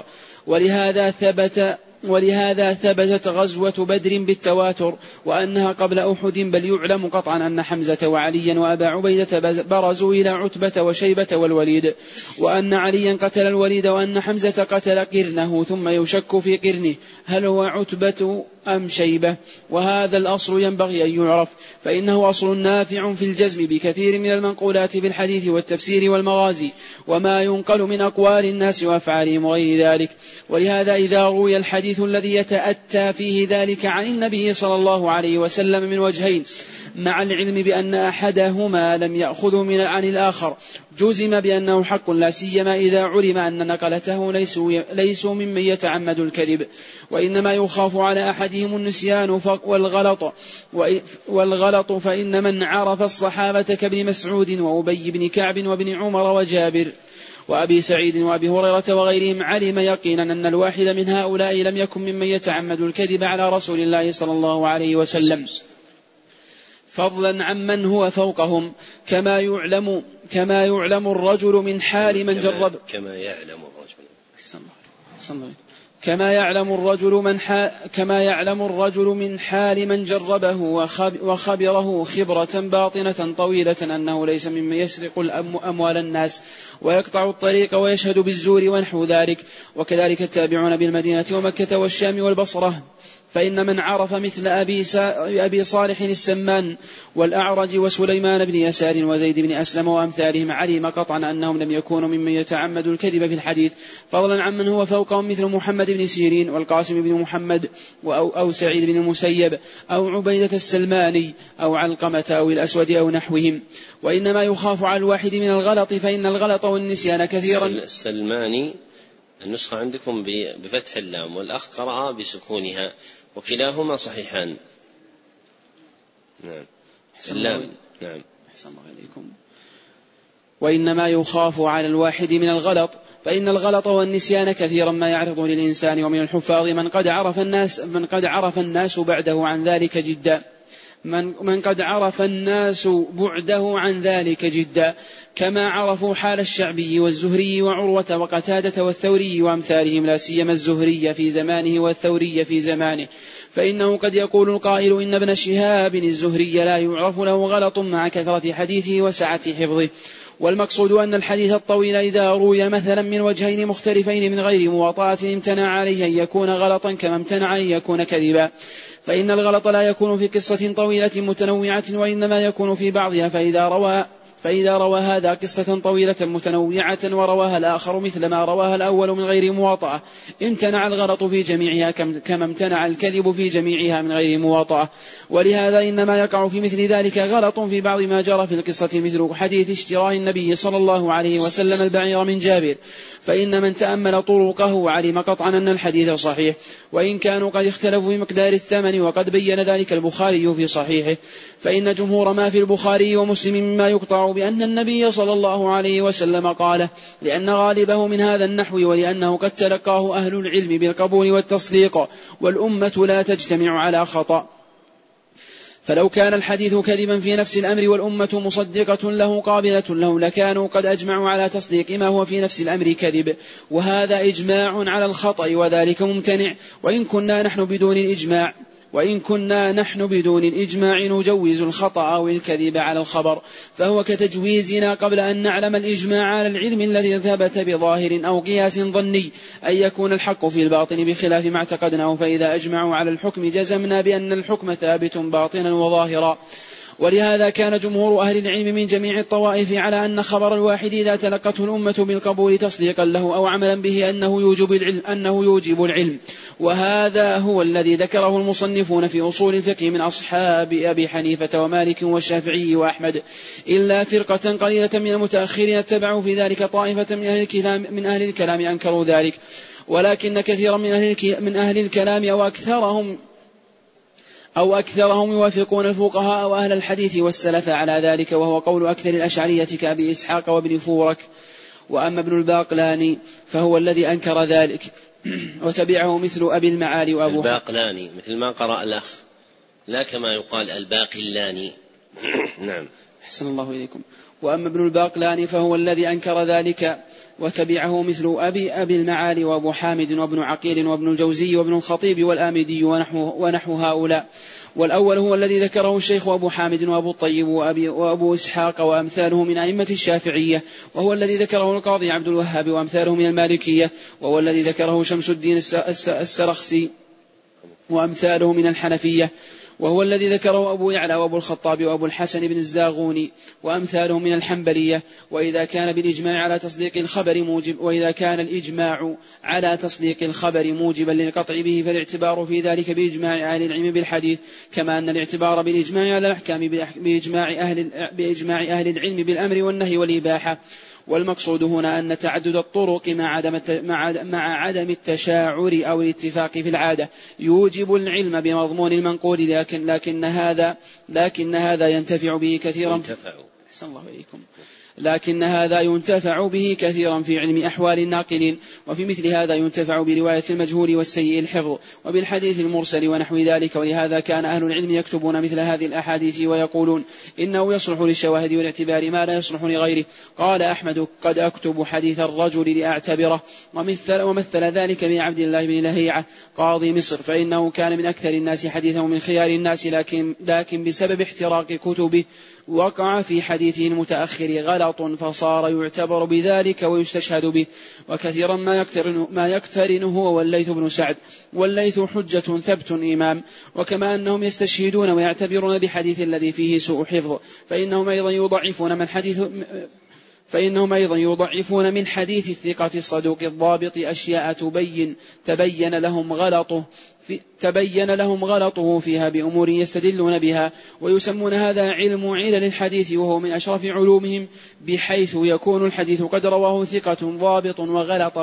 ولهذا ثبتت غزوة بدر بالتواتر وأنها قبل أحد، بل يعلم قطعا أن حمزة وعليا وأبا عبيدة برزوا إلى عتبة وشيبة والوليد، وأن عليا قتل الوليد وأن حمزة قتل قرنه، ثم يشك في قرنه هل هو عتبة أم شيبة. وهذا الأصل ينبغي أن يعرف، فإنه أصل نافع في الجزم بكثير من المنقولات في الحديث والتفسير والمغازي وما ينقل من أقوال الناس وأفعالهم وغير ذلك. ولهذا إذا روي الحديث الذي يتأتى فيه ذلك عن النبي صلى الله عليه وسلم من وجهين مع العلم بأن أحدهما لم يأخذه عن الآخر جزم بأنه حق، لا سيما إذا علم أن نقلته ليسوا ممن يتعمد الكذب، وإنما يخاف على أحدهم النسيان والغلط. فإن من عرف الصحابة كابن مسعود وأبي بن كعب وابن عمر وجابر وأبي سعيد وأبي هريرة وغيرهم علم يقينا أن الواحد من هؤلاء لم يكن ممن يتعمد الكذب على رسول الله صلى الله عليه وسلم، فضلا عمن هو فوقهم، كما يعلم الرجل من حال من جرب كما يعلم الرجل من حال من جربه وخبره خبرة باطنة طويلة أنه ليس ممن يسرق أموال الناس ويقطع الطريق ويشهد بالزور ونحو ذلك. وكذلك التابعون بالمدينة ومكة والشام والبصرة، فإن من عرف مثل أبي صالح السمان والأعرج وسليمان بن يسار وزيد بن أسلم وأمثالهم علم قطعا أنهم لم يكونوا ممن يتعمد الكذب في الحديث، فضلا عمن هو فوقهم مثل محمد بن سيرين والقاسم بن محمد أو سعيد بن المسيب أو عبيدة السلماني أو علقمة أو الأسود أو نحوهم. وإنما يخاف على الواحد من الغلط، فإن الغلط والنسيان كثيرا. السلماني النسخة عندكم بفتح اللام والأخ قرأ بسكونها وكلاهما صحيحان. نعم. اللام. نعم. أحسن الله إليكم. وإنما يخاف على الواحد من الغلط، فإن الغلط والنسيان كثيرا ما يعرض للإنسان، ومن الحفاظ من قد عرف الناس بعده عن ذلك جدا من قد عرف الناس بعده عن ذلك جدا، كما عرفوا حال الشعبي والزهري وعروة وقتادة والثوري وأمثالهم، لا سيما الزهري في زمانه والثوري في زمانه. فإنه قد يقول القائل إن ابن شهاب الزهري لا يعرف له غلط مع كثرة حديثه وسعة حفظه. والمقصود أن الحديث الطويل إذا روي مثلا من وجهين مختلفين من غير مواطأة امتنع عليه أن يكون غلطا كما امتنع أن يكون كذبا، فإن الغلط لا يكون في قصة طويلة متنوعة وإنما يكون في بعضها، فإذا روى هذا قصة طويلة متنوعة ورواها الآخر مثل ما رواها الأول من غير مواطأة امتنع الغلط في جميعها كما امتنع الكذب في جميعها من غير مواطأة. ولهذا إنما يقع في مثل ذلك غلط في بعض ما جرى في القصة، مثل حديث اشتراء النبي صلى الله عليه وسلم البعير من جابر، فإن من تأمل طرقه علم قطعا أن الحديث صحيح، وإن كانوا قد اختلفوا في مقدار الثمن، وقد بين ذلك البخاري في صحيحه. فإن جمهور ما في البخاري ومسلم مما يقطع بأن النبي صلى الله عليه وسلم قال، لأن غالبه من هذا النحو، ولأنه قد تلقاه أهل العلم بالقبول والتصديق، والأمة لا تجتمع على خطأ. فلو كان الحديث كذبا في نفس الأمر والأمة مصدقة له قابلة له، لكانوا قد أجمعوا على تصديق ما هو في نفس الأمر كذب، وهذا إجماع على الخطأ، وذلك ممتنع. وإن كنا نحن بدون الإجماع نجوز الخطأ أو الكذب على الخبر، فهو كتجويزنا قبل أن نعلم الإجماع على العلم الذي ثبت بظاهر أو قياس ظني أن يكون الحق في الباطن بخلاف ما اعتقدناه، فإذا أجمعوا على الحكم جزمنا بأن الحكم ثابت باطنا وظاهرا. ولهذا كان جمهور أهل العلم من جميع الطوائف على أن خبر الواحد إذا تلقته الأمة بالقبول تصديقا له أو عملا به أنه يوجب العلم. وهذا هو الذي ذكره المصنفون في أصول الفقه من أصحاب أبي حنيفة ومالك والشافعي وأحمد، إلا فرقة قليلة من المتأخرين اتبعوا في ذلك طائفة من أهل الكلام أنكروا ذلك. ولكن كثيرا من أهل الكلام أو أكثرهم يوافقون الفقهاء أو أهل الحديث والسلف على ذلك، وهو قول أكثر الأشعرية كأبي إسحاق وابن فورك. وأما ابن الباقلاني فهو الذي أنكر ذلك وتبعه مثل أبي المعالي وأبو الباقلاني، مثل ما قرأ الأخ، لا كما يقال الباقلاني. نعم، أحسن الله إليكم. وأما ابن الباقلاني فهو الذي أنكر ذلك وتبعه مثل أبي المعالي وأبو حامد وابن عقيل وابن الجوزي وابن الخطيب والآمدي ونحو هؤلاء. والأول هو الذي ذكره الشيخ أبو حامد وأبو الطيب وأبو إسحاق وأمثاله من أئمة الشافعية، وهو الذي ذكره القاضي عبد الوهاب وأمثاله من المالكية، وهو الذي ذكره شمس الدين السرخسي وأمثاله من الحنفية، وهو الذي ذكره أبو يعلى وأبو الخطاب وأبو الحسن بن الزاغوني وأمثالهم من الحنبلية. وإذا كان الإجماع على تصديق الخبر موجبا للقطع به، فالاعتبار في ذلك بإجماع أهل العلم بالحديث، كما أن الاعتبار بالإجماع على الأحكام بإجماع أهل العلم بالأمر والنهي والإباحة. والمقصود هنا أن تعدد الطرق مع عدم التشاعر أو الاتفاق في العادة يوجب العلم بمضمون المنقول، لكن هذا ينتفع به كثيرا. أحسن الله إليكم. لكن هذا ينتفع به كثيرا في علم أحوال الناقلين، وفي مثل هذا ينتفع برواية المجهول والسيء الحفظ وبالحديث المرسل ونحو ذلك. ولهذا كان أهل العلم يكتبون مثل هذه الأحاديث ويقولون إنه يصلح للشواهد والاعتبار ما لا يصلح لغيره. قال أحمد: قد أكتب حديث الرجل لأعتبره. ومثل ذلك بعبد الله بن لهيعة قاضي مصر، فإنه كان من أكثر الناس حديثا ومن خيار الناس، لكن بسبب احتراق كتبه وقع في حديثه المتأخر غلط، فصار يعتبر بذلك ويستشهد به. وكثيرا ما يقترن هو والليث بن سعد، والليث حجة ثبت إمام. وكما أنهم يستشهدون ويعتبرون بحديث الذي فيه سوء حفظ، فإنهم أيضا يضعفون من حديث الثقة الصدوق الضابط أشياء تبين لهم غلطه فيها بأمور يستدلون بها، ويسمون هذا علم علل الحديث، وهو من أشرف علومهم، بحيث يكون الحديث قد رواه ثقة ضابط وغلط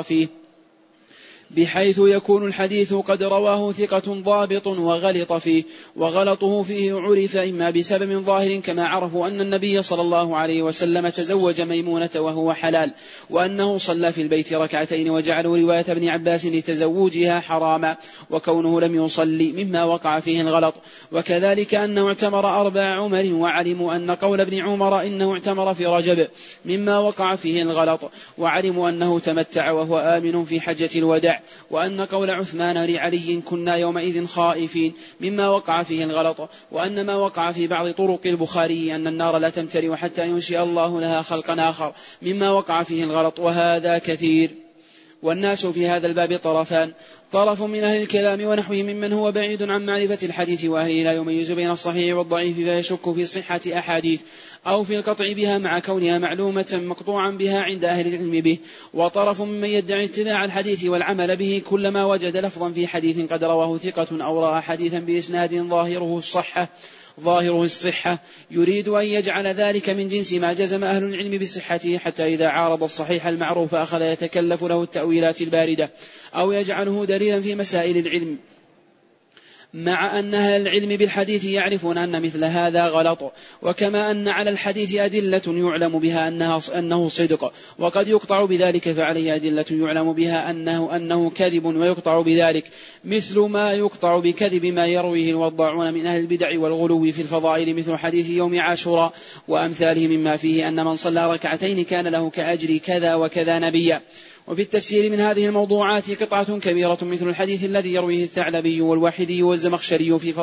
فيه، وغلطه فيه عرف إما بسبب ظاهر، كما عرفوا أن النبي صلى الله عليه وسلم تزوج ميمونة وهو حلال، وأنه صلى في البيت ركعتين، وجعلوا رواية ابن عباس لتزوجها حراما، وكونه لم يصلي مما وقع فيه الغلط. وكذلك أنه اعتمر 4 عمر، وعلموا أن قول ابن عمر إنه اعتمر في رجب مما وقع فيه الغلط، وعلموا أنه تمتع وهو آمن في حجة الوداع، وأن قول عثمان لعلي كنا يومئذ خائفين مما وقع فيه الغلط، وأن ما وقع في بعض طرق البخاري أن النار لا تمتلئ حتى ينشئ الله لها خلقا آخر مما وقع فيه الغلط، وهذا كثير. والناس في هذا الباب طرفان: طرف من أهل الكلام ونحوه ممن هو بعيد عن معرفة الحديث وأهله لا يميز بين الصحيح والضعيف فيشك في صحة أحاديث أو في القطع بها مع كونها معلومة مقطوعا بها عند أهل العلم به. وطرف ممن يدعي اتباع الحديث والعمل به كلما وجد لفظا في حديث قد رواه ثقة أو رأى حديثا بإسناد ظاهره الصحة يريد أن يجعل ذلك من جنس ما جزم أهل العلم بصحته، حتى إذا عارض الصحيح المعروف أخذ يتكلف له التأويلات الباردة أو يجعله دليلا في مسائل العلم، مع أن أهل العلم بالحديث يعرفون أن مثل هذا غلط. وكما أن على الحديث أدلة يعلم بها أنه صدق وقد يقطع بذلك، فعليه أدلة يعلم بها أنه كذب ويقطع بذلك، مثل ما يقطع بكذب ما يرويه الوضاعون من أهل البدع والغلو في الفضائل، مثل حديث يوم عاشوراء وأمثاله، مما فيه أن من صلى ركعتين كان له كأجر كذا وكذا نبيا. وفي التفسير من هذه الموضوعات قطعة كبيرة، مثل الحديث الذي يرويه الثعلبي والواحدي والزمخشري في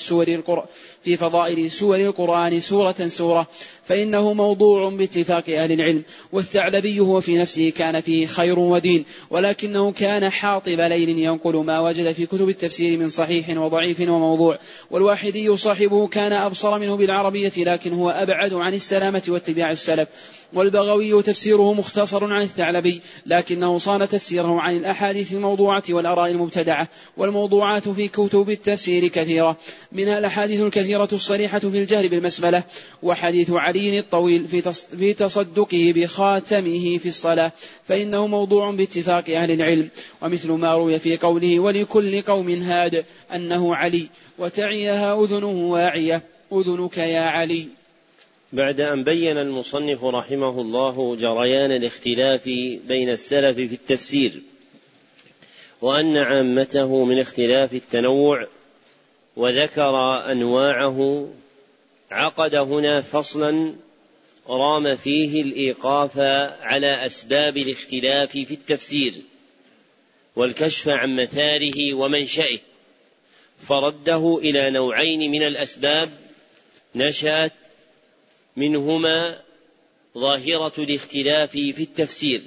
فضائل سور القرآن سورة، فإنه موضوع باتفاق أهل العلم. والثعلبي هو في نفسه كان فيه خير ودين، ولكنه كان حاطب ليل ينقل ما وجد في كتب التفسير من صحيح وضعيف وموضوع. والواحدي صاحبه كان أبصر منه بالعربية، لكن هو أبعد عن السلامة واتباع السلف. والبغوي تفسيره مختصر عن الثعلبي، لكنه صان تفسيره عن الأحاديث الموضوعة والآراء المبتدعة. والموضوعات في كتب التفسير كثيرة، منها الأحاديث الكثيرة الصريحة في الجهر بالمسبلة، وحديث علي الطويل في تصدقه بخاتمه في الصلاة، فإنه موضوع باتفاق أهل العلم. ومثل ما روي في قوله ولكل قوم هاد أنه علي وتعيها أذنه واعية أذنك يا علي. بعد أن بين المصنف رحمه الله جريان الاختلاف بين السلف في التفسير، وأن عامته من اختلاف التنوع، وذكر أنواعه، عقد هنا فصلا رام فيه الإيقاف على أسباب الاختلاف في التفسير والكشف عن مثاره ومنشئه، فرده إلى نوعين من الأسباب نشأت منهما ظاهرة الاختلاف في التفسير.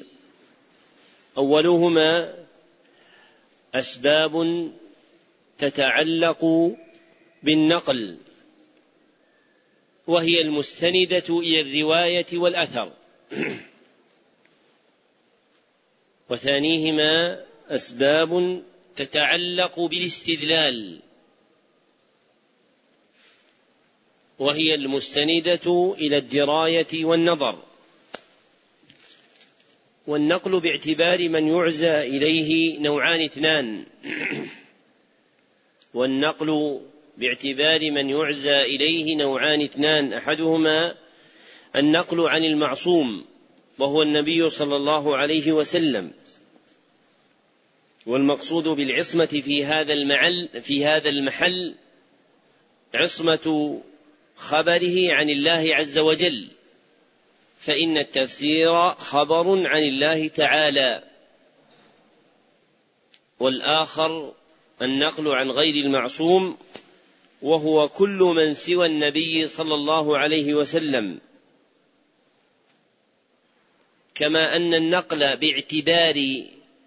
أولهما أسباب تتعلق بالنقل، وهي المستندة إلى الرواية والأثر. وثانيهما أسباب تتعلق بالاستدلال، وهي المستندة إلى الدراية والنظر. والنقل باعتبار من يعزى إليه نوعان اثنان. أحدهما النقل عن المعصوم وهو النبي صلى الله عليه وسلم، والمقصود بالعصمة في هذا المحل عصمة خبره عن الله عز وجل، فإن التفسير خبر عن الله تعالى. والآخر النقل عن غير المعصوم، وهو كل من سوى النبي صلى الله عليه وسلم، كما أن النقل باعتبار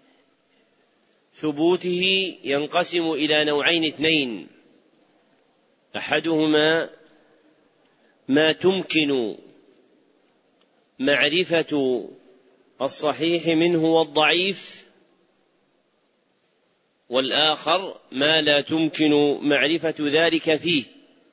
ثبوته ينقسم إلى نوعين اثنين: أحدهما ما تمكن معرفة الصحيح منه والضعيف، والآخر ما لا تمكن معرفة ذلك فيه.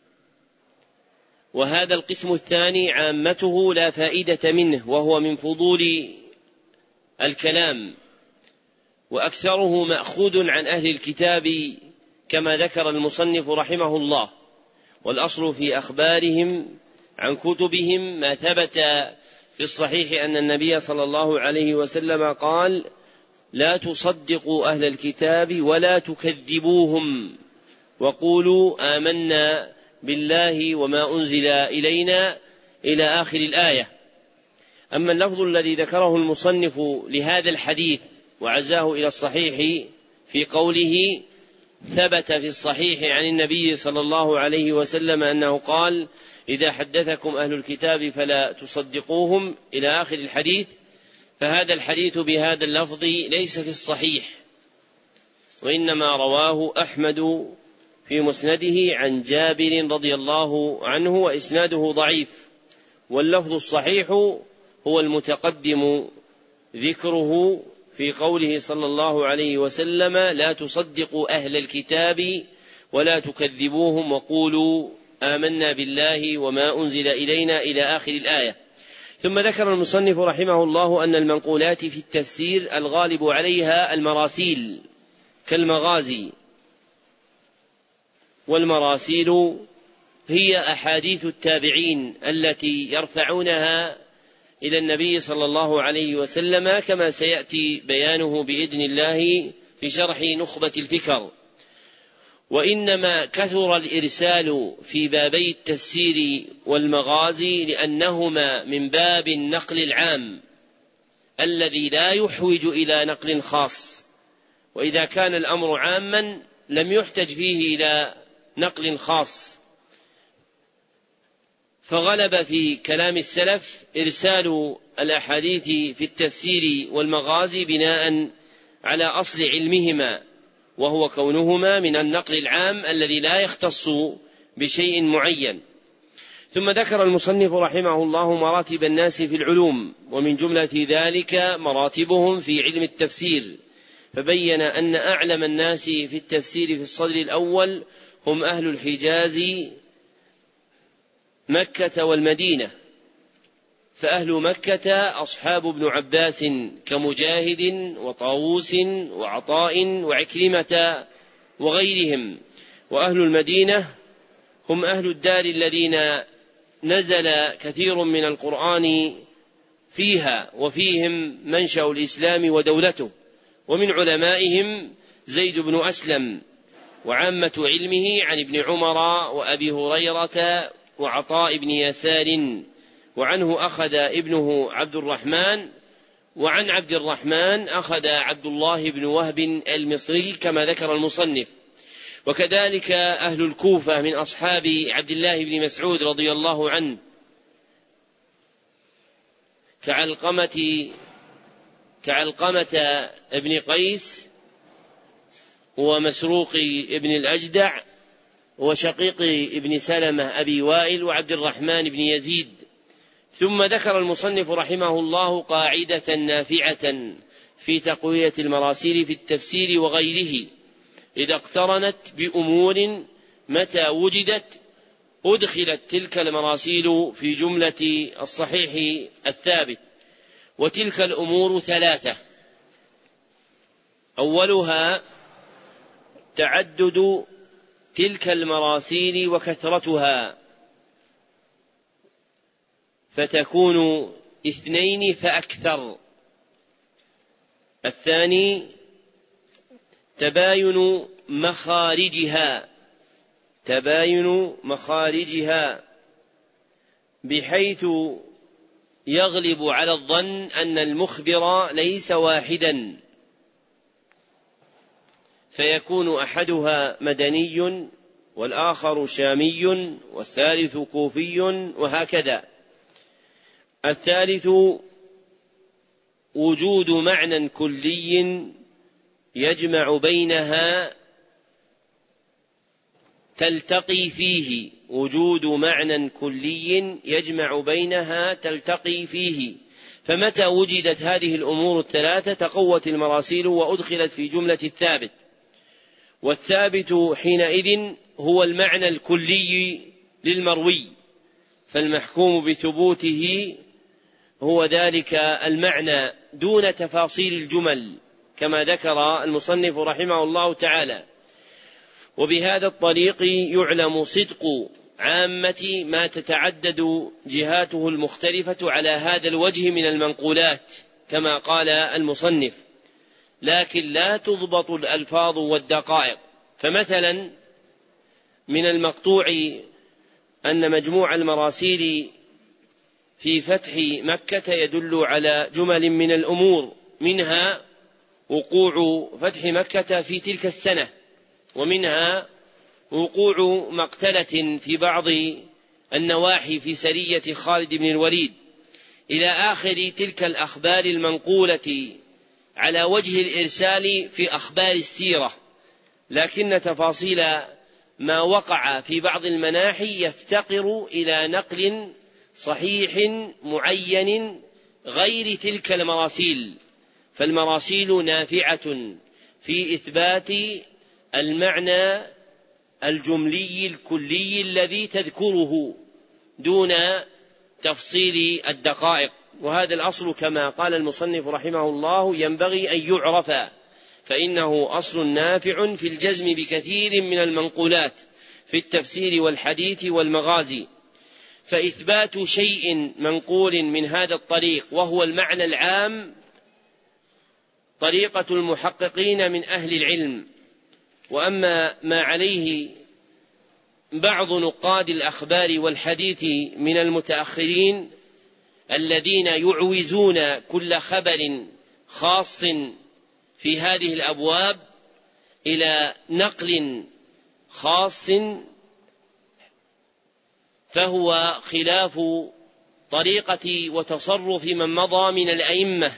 وهذا القسم الثاني عامته لا فائدة منه، وهو من فضول الكلام، وأكثره مأخوذ عن أهل الكتاب كما ذكر المصنف رحمه الله. والأصل في أخبارهم عن كتبهم ما ثبت في الصحيح أن النبي صلى الله عليه وسلم قال: لا تصدقوا أهل الكتاب ولا تكذبوهم، وقولوا آمنا بالله وما أنزل إلينا إلى آخر الآية. أما اللفظ الذي ذكره المصنف لهذا الحديث وعزاه إلى الصحيح في قوله: ثبت في الصحيح عن النبي صلى الله عليه وسلم أنه قال: إذا حدثكم أهل الكتاب فلا تصدقوهم إلى آخر الحديث، فهذا الحديث بهذا اللفظ ليس في الصحيح، وإنما رواه أحمد في مسنده عن جابر رضي الله عنه، وإسناده ضعيف، واللفظ الصحيح هو المتقدم ذكره في قوله صلى الله عليه وسلم: لا تصدقوا أهل الكتاب ولا تكذبوهم وقولوا آمنا بالله وما أنزل إلينا إلى آخر الآية. ثم ذكر المصنف رحمه الله أن المنقولات في التفسير الغالب عليها المراسيل كالمغازي، والمراسيل هي أحاديث التابعين التي يرفعونها إلى النبي صلى الله عليه وسلم، كما سيأتي بيانه بإذن الله في شرح نخبة الفكر. وإنما كثر الإرسال في بابي التفسير والمغازي لأنهما من باب النقل العام الذي لا يحوج إلى نقل خاص، وإذا كان الأمر عاما لم يحتج فيه إلى نقل خاص. فغلب في كلام السلف إرسال الأحاديث في التفسير والمغازي بناء على أصل علمهما، وهو كونهما من النقل العام الذي لا يختص بشيء معين. ثم ذكر المصنف رحمه الله مراتب الناس في العلوم، ومن جملة ذلك مراتبهم في علم التفسير، فبين أن أعلم الناس في التفسير في الصدر الأول هم أهل الحجاز مكة والمدينة، فأهل مكة أصحاب ابن عباس كمجاهد وطاووس وعطاء وعكرمة وغيرهم، وأهل المدينة هم أهل الدار الذين نزل كثير من القرآن فيها، وفيهم منشأ الإسلام ودولته. ومن علمائهم زيد بن أسلم، وعامة علمه عن ابن عمر وأبي هريرة وعطاء بن يسار، وعنه أخذ ابنه عبد الرحمن، وعن عبد الرحمن أخذ عبد الله بن وهب المصري كما ذكر المصنف. وكذلك أهل الكوفة من أصحاب عبد الله بن مسعود رضي الله عنه كعلقمة ابن قيس ومسروق ابن الأجدع وشقيق ابن سلمة أبي وائل وعبد الرحمن بن يزيد. ثم ذكر المصنف رحمه الله قاعدة نافعة في تقوية المراسيل في التفسير وغيره: إذا اقترنت بأمور متى وجدت أدخلت تلك المراسيل في جملة الصحيح الثابت. وتلك الأمور ثلاثة: أولها تعدد تلك المراسيل وكثرتها، فتكون 2 فأكثر. الثاني تباين مخارجها بحيث يغلب على الظن أن المخبر ليس واحدا، فيكون أحدها مدني والآخر شامي والثالث كوفي، وهكذا. الثالث وجود معنى كلي يجمع بينها تلتقي فيه، فمتى وجدت هذه الأمور الثلاثة تقوت المراسيل وأدخلت في جملة الثابت. والثابت حينئذ هو المعنى الكلي للمروي، فالمحكوم بثبوته هو ذلك المعنى دون تفاصيل الجمل، كما ذكر المصنف رحمه الله تعالى. وبهذا الطريق يعلم صدق عامة ما تتعدد جهاته المختلفة على هذا الوجه من المنقولات كما قال المصنف، لكن لا تضبط الألفاظ والدقائق. فمثلا من المقطوع أن مجموع المراسيل في فتح مكة يدل على جمل من الأمور، منها وقوع فتح مكة في تلك السنة، ومنها وقوع مقتلة في بعض النواحي في سرية خالد بن الوليد، إلى آخر تلك الأخبار المنقولة على وجه الإرسال في أخبار السيرة، لكن تفاصيل ما وقع في بعض المناحي يفتقر إلى نقل صحيح معين غير تلك المراسيل، فالمراسيل نافعة في إثبات المعنى الجملي الكلي الذي تذكره دون تفصيل الدقائق، وهذا الأصل كما قال المصنف رحمه الله ينبغي أن يعرف، فإنه أصل نافع في الجزم بكثير من المنقولات في التفسير والحديث والمغازي. فإثبات شيء منقول من هذا الطريق وهو المعنى العام طريقة المحققين من أهل العلم. وأما ما عليه بعض نقاد الأخبار والحديث من المتأخرين الذين يعوزون كل خبر خاص في هذه الأبواب إلى نقل خاص، فهو خلاف طريقة وتصرف من مضى من الأئمة.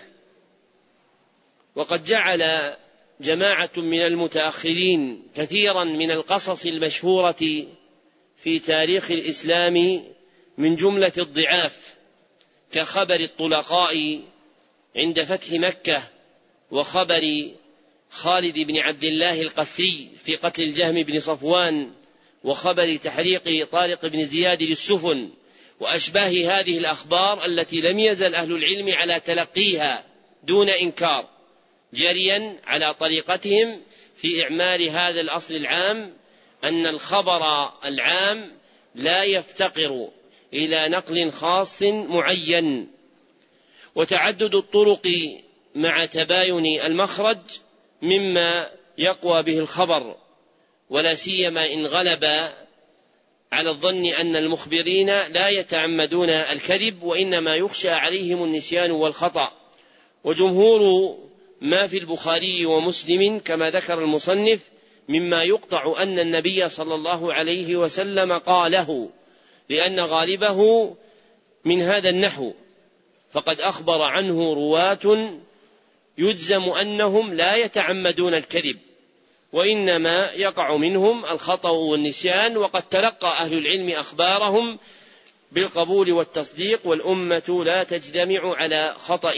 وقد جعل جماعة من المتأخرين كثيرا من القصص المشهورة في تاريخ الإسلام من جملة الضعاف، كخبر الطلقاء عند فتح مكة، وخبر خالد بن عبد الله القسري في قتل الجهم بن صفوان، وخبر تحريق طارق بن زياد للسفن، وأشباه هذه الأخبار التي لم يزل أهل العلم على تلقيها دون إنكار، جريا على طريقتهم في إعمال هذا الأصل العام، أن الخبر العام لا يفتقر إلى نقل خاص معين. وتعدد الطرق مع تباين المخرج مما يقوى به الخبر، ولا سيما إن غلب على الظن أن المخبرين لا يتعمدون الكذب، وإنما يخشى عليهم النسيان والخطأ. وجمهور ما في البخاري ومسلم كما ذكر المصنف مما يقطع أن النبي صلى الله عليه وسلم قاله، لأن غالبه من هذا النحو، فقد أخبر عنه رواة يجزم أنهم لا يتعمدون الكذب، وإنما يقع منهم الخطأ والنسيان، وقد تلقى أهل العلم أخبارهم بالقبول والتصديق، والأمة لا تجتمع على خطأ.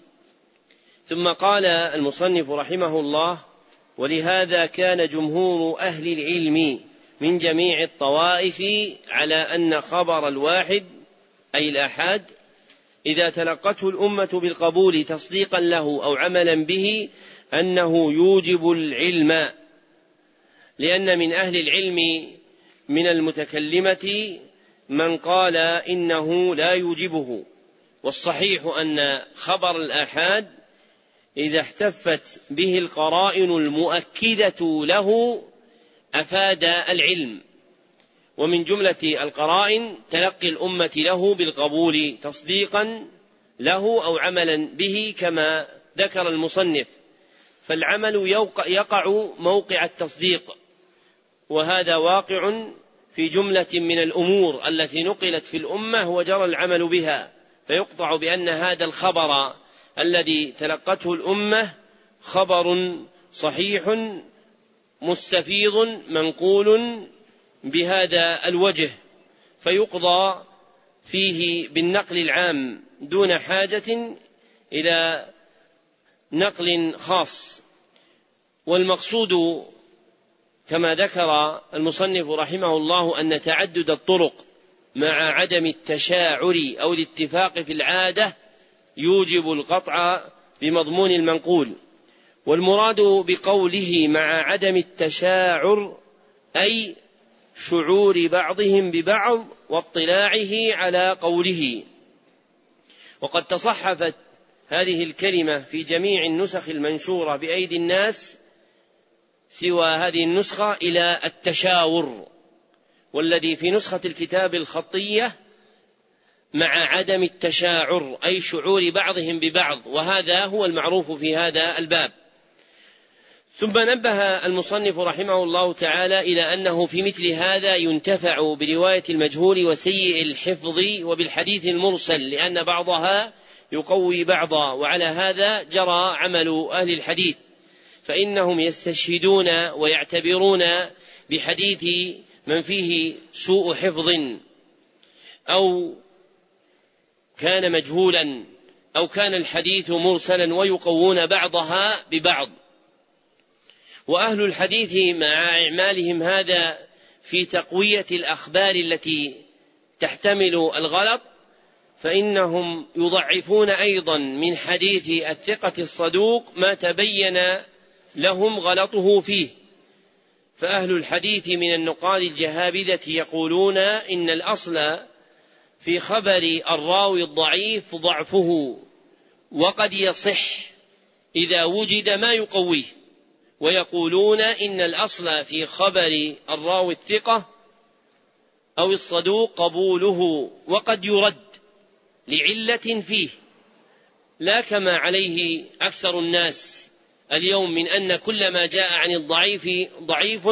ثم قال المصنف رحمه الله: ولهذا كان جمهور أهل العلم من جميع الطوائف على أن خبر الواحد أي الآحاد إذا تلقته الأمة بالقبول تصديقا له أو عملا به أنه يوجب العلم، لأن من أهل العلم من المتكلمة من قال إنه لا يوجبه. والصحيح أن خبر الآحاد إذا احتفت به القرائن المؤكدة له أفاد العلم، ومن جملة القرائن تلقي الأمة له بالقبول تصديقا له أو عملا به كما ذكر المصنف، فالعمل يقع موقع التصديق، وهذا واقع في جملة من الأمور التي نقلت في الأمة وجرى العمل بها، فيقطع بأن هذا الخبر الذي تلقته الأمة خبر صحيح مستفيض منقول بهذا الوجه، فيقضى فيه بالنقل العام دون حاجة إلى نقل خاص. والمقصود كما ذكر المصنف رحمه الله أن تعدد الطرق مع عدم التشاعر أو الاتفاق في العادة يوجب القطع بمضمون المنقول. والمراد بقوله مع عدم التشاعر أي شعور بعضهم ببعض واطلاعه على قوله. وقد تصحفت هذه الكلمة في جميع النسخ المنشورة بأيدي الناس سوى هذه النسخة إلى التشاور، والذي في نسخة الكتاب الخطية مع عدم التشاعر أي شعور بعضهم ببعض، وهذا هو المعروف في هذا الباب. ثم نبه المصنف رحمه الله تعالى إلى أنه في مثل هذا ينتفع برواية المجهول وسيء الحفظ وبالحديث المرسل، لأن بعضها يقوي بعضا، وعلى هذا جرى عمل أهل الحديث، فإنهم يستشهدون ويعتبرون بحديث من فيه سوء حفظ أو كان مجهولا أو كان الحديث مرسلا، ويقوون بعضها ببعض. وأهل الحديث مع إعمالهم هذا في تقوية الأخبار التي تحتمل الغلط، فإنهم يضعفون أيضا من حديث الثقة الصدوق ما تبين لهم غلطه فيه. فأهل الحديث من النقاد الجهابذة يقولون إن الأصل في خبر الراوي الضعيف ضعفه، وقد يصح إذا وجد ما يقويه، ويقولون إن الأصل في خبر الراوي الثقة أو الصدوق قبوله، وقد يرد لعلة فيه، لا كما عليه أكثر الناس اليوم من أن كل ما جاء عن الضعيف ضعيف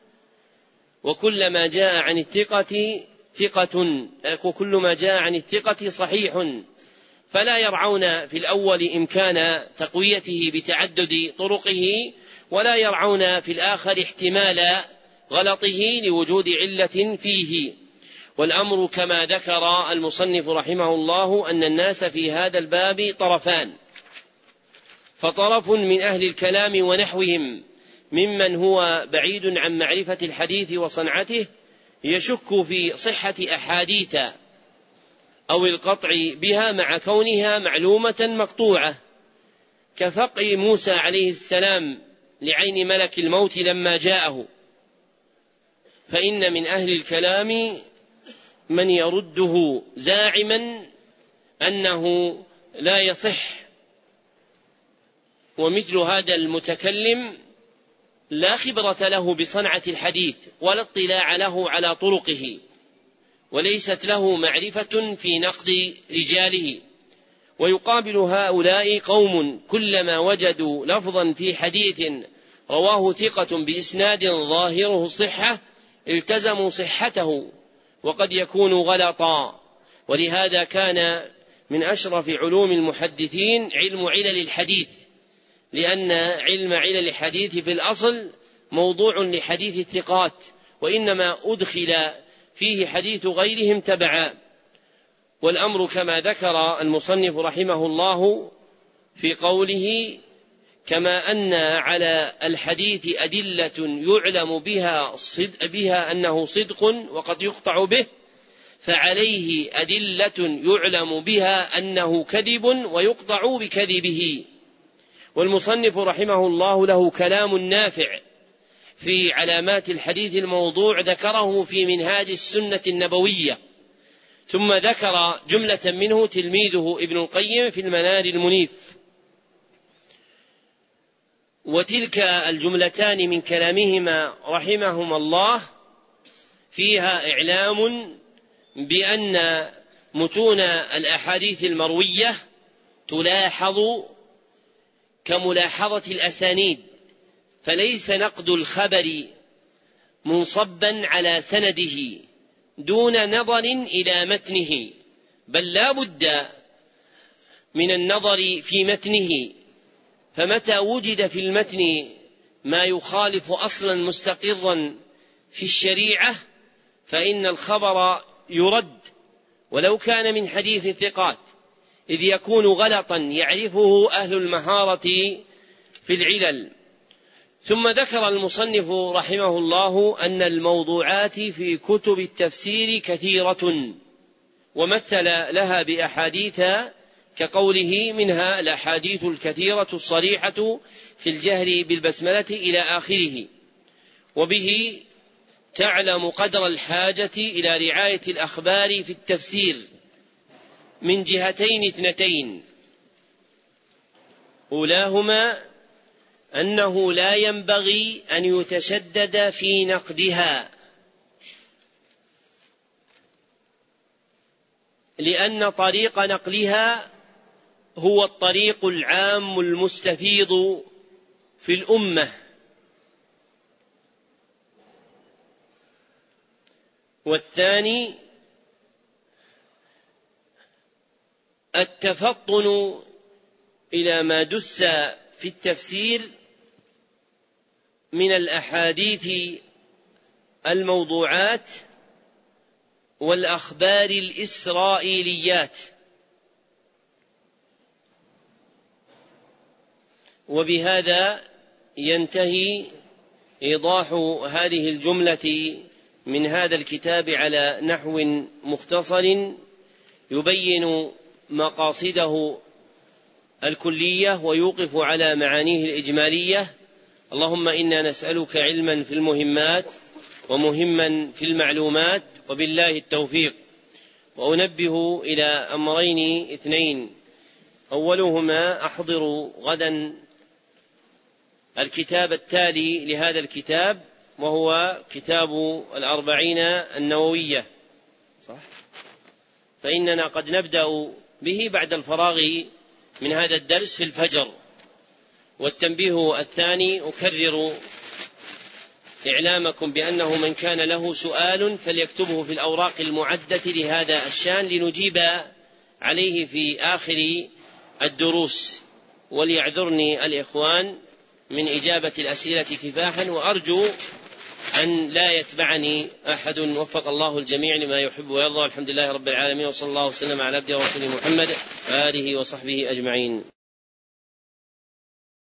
وكل ما جاء عن الثقة ثقة، وكل ما جاء عن الثقة صحيح، فلا يرعون في الأول إمكان تقويته بتعدد طرقه، ولا يرعون في الآخر احتمال غلطه لوجود علة فيه. والأمر كما ذكر المصنف رحمه الله أن الناس في هذا الباب طرفان، فطرف من أهل الكلام ونحوهم ممن هو بعيد عن معرفة الحديث وصنعته يشك في صحة أحاديث أو القطع بها مع كونها معلومة مقطوعة، كفقع موسى عليه السلام لعين ملك الموت لما جاءه. فإن من أهل الكلام من يرده زاعما أنه لا يصح، ومثل هذا المتكلم لا خبرة له بصنعة الحديث ولا اطلاع له على طرقه، وليست له معرفة في نقد رجاله. ويقابل هؤلاء قوم كلما وجدوا لفظا في حديث رواه ثقة بإسناد ظاهره الصحة التزموا صحته، وقد يكون غلطا. ولهذا كان من أشرف علوم المحدثين علم علل الحديث، لأن علم علل الحديث في الأصل موضوع لحديث الثقات، وإنما أدخل فيه حديث غيرهم تبعا. والأمر كما ذكر المصنف رحمه الله في قوله: كما أن على الحديث أدلة يعلم بها أنه صدق وقد يقطع به، فعليه أدلة يعلم بها أنه كذب ويقطع بكذبه. والمصنف رحمه الله له كلام نافع في علامات الحديث الموضوع ذكره في منهاج السنة النبوية، ثم ذكر جملة منه تلميذه ابن القيم في المنار المنيف. وتلك الجملتان من كلامهما رحمهما الله فيها إعلام بأن متون الأحاديث المروية تلاحظ كملاحظة الأسانيد، فليس نقد الخبر منصبا على سنده دون نظر إلى متنه، بل لا بد من النظر في متنه. فمتى وجد في المتن ما يخالف أصلا مستقرا في الشريعة فإن الخبر يرد ولو كان من حديث الثقات، إذ يكون غلطا يعرفه أهل المهارة في العلل. ثم ذكر المصنف رحمه الله أن الموضوعات في كتب التفسير كثيرة، ومثل لها بأحاديث كقوله: منها الأحاديث الكثيرة الصريحة في الجهر بالبسملة إلى آخره. وبه تعلم قدر الحاجة إلى رعاية الأخبار في التفسير من جهتين اثنتين: أولاهما أنه لا ينبغي أن يتشدد في نقدها، لأن طريق نقلها هو الطريق العام المستفيض في الأمة، والثاني التفطن إلى ما دس في التفسير من الأحاديث الموضوعات والأخبار الإسرائيليات، وبهذا ينتهي إيضاح هذه الجملة من هذا الكتاب على نحو مختصر يبين مقاصده الكلية ويوقف على معانيه الإجمالية. اللهم إنا نسألك علما في المهمات ومهما في المعلومات، وبالله التوفيق. وأنبه إلى أمرين اثنين: أولهما أحضر غدا الكتاب التالي لهذا الكتاب، وهو كتاب الأربعين النووية، فإننا قد نبدأ به بعد الفراغ من هذا الدرس في الفجر. والتنبيه الثاني: أكرر إعلامكم بأنه من كان له سؤال فليكتبه في الأوراق المعدة لهذا الشان لنجيب عليه في آخر الدروس، وليعذرني الإخوان من إجابة الأسئلة كفاحا، وأرجو أن لا يتبعني أحد. وفق الله الجميع لما يحب ويرضى، والحمد لله رب العالمين، وصلى الله وسلم على عبده ورسوله محمد وآله وصحبه أجمعين.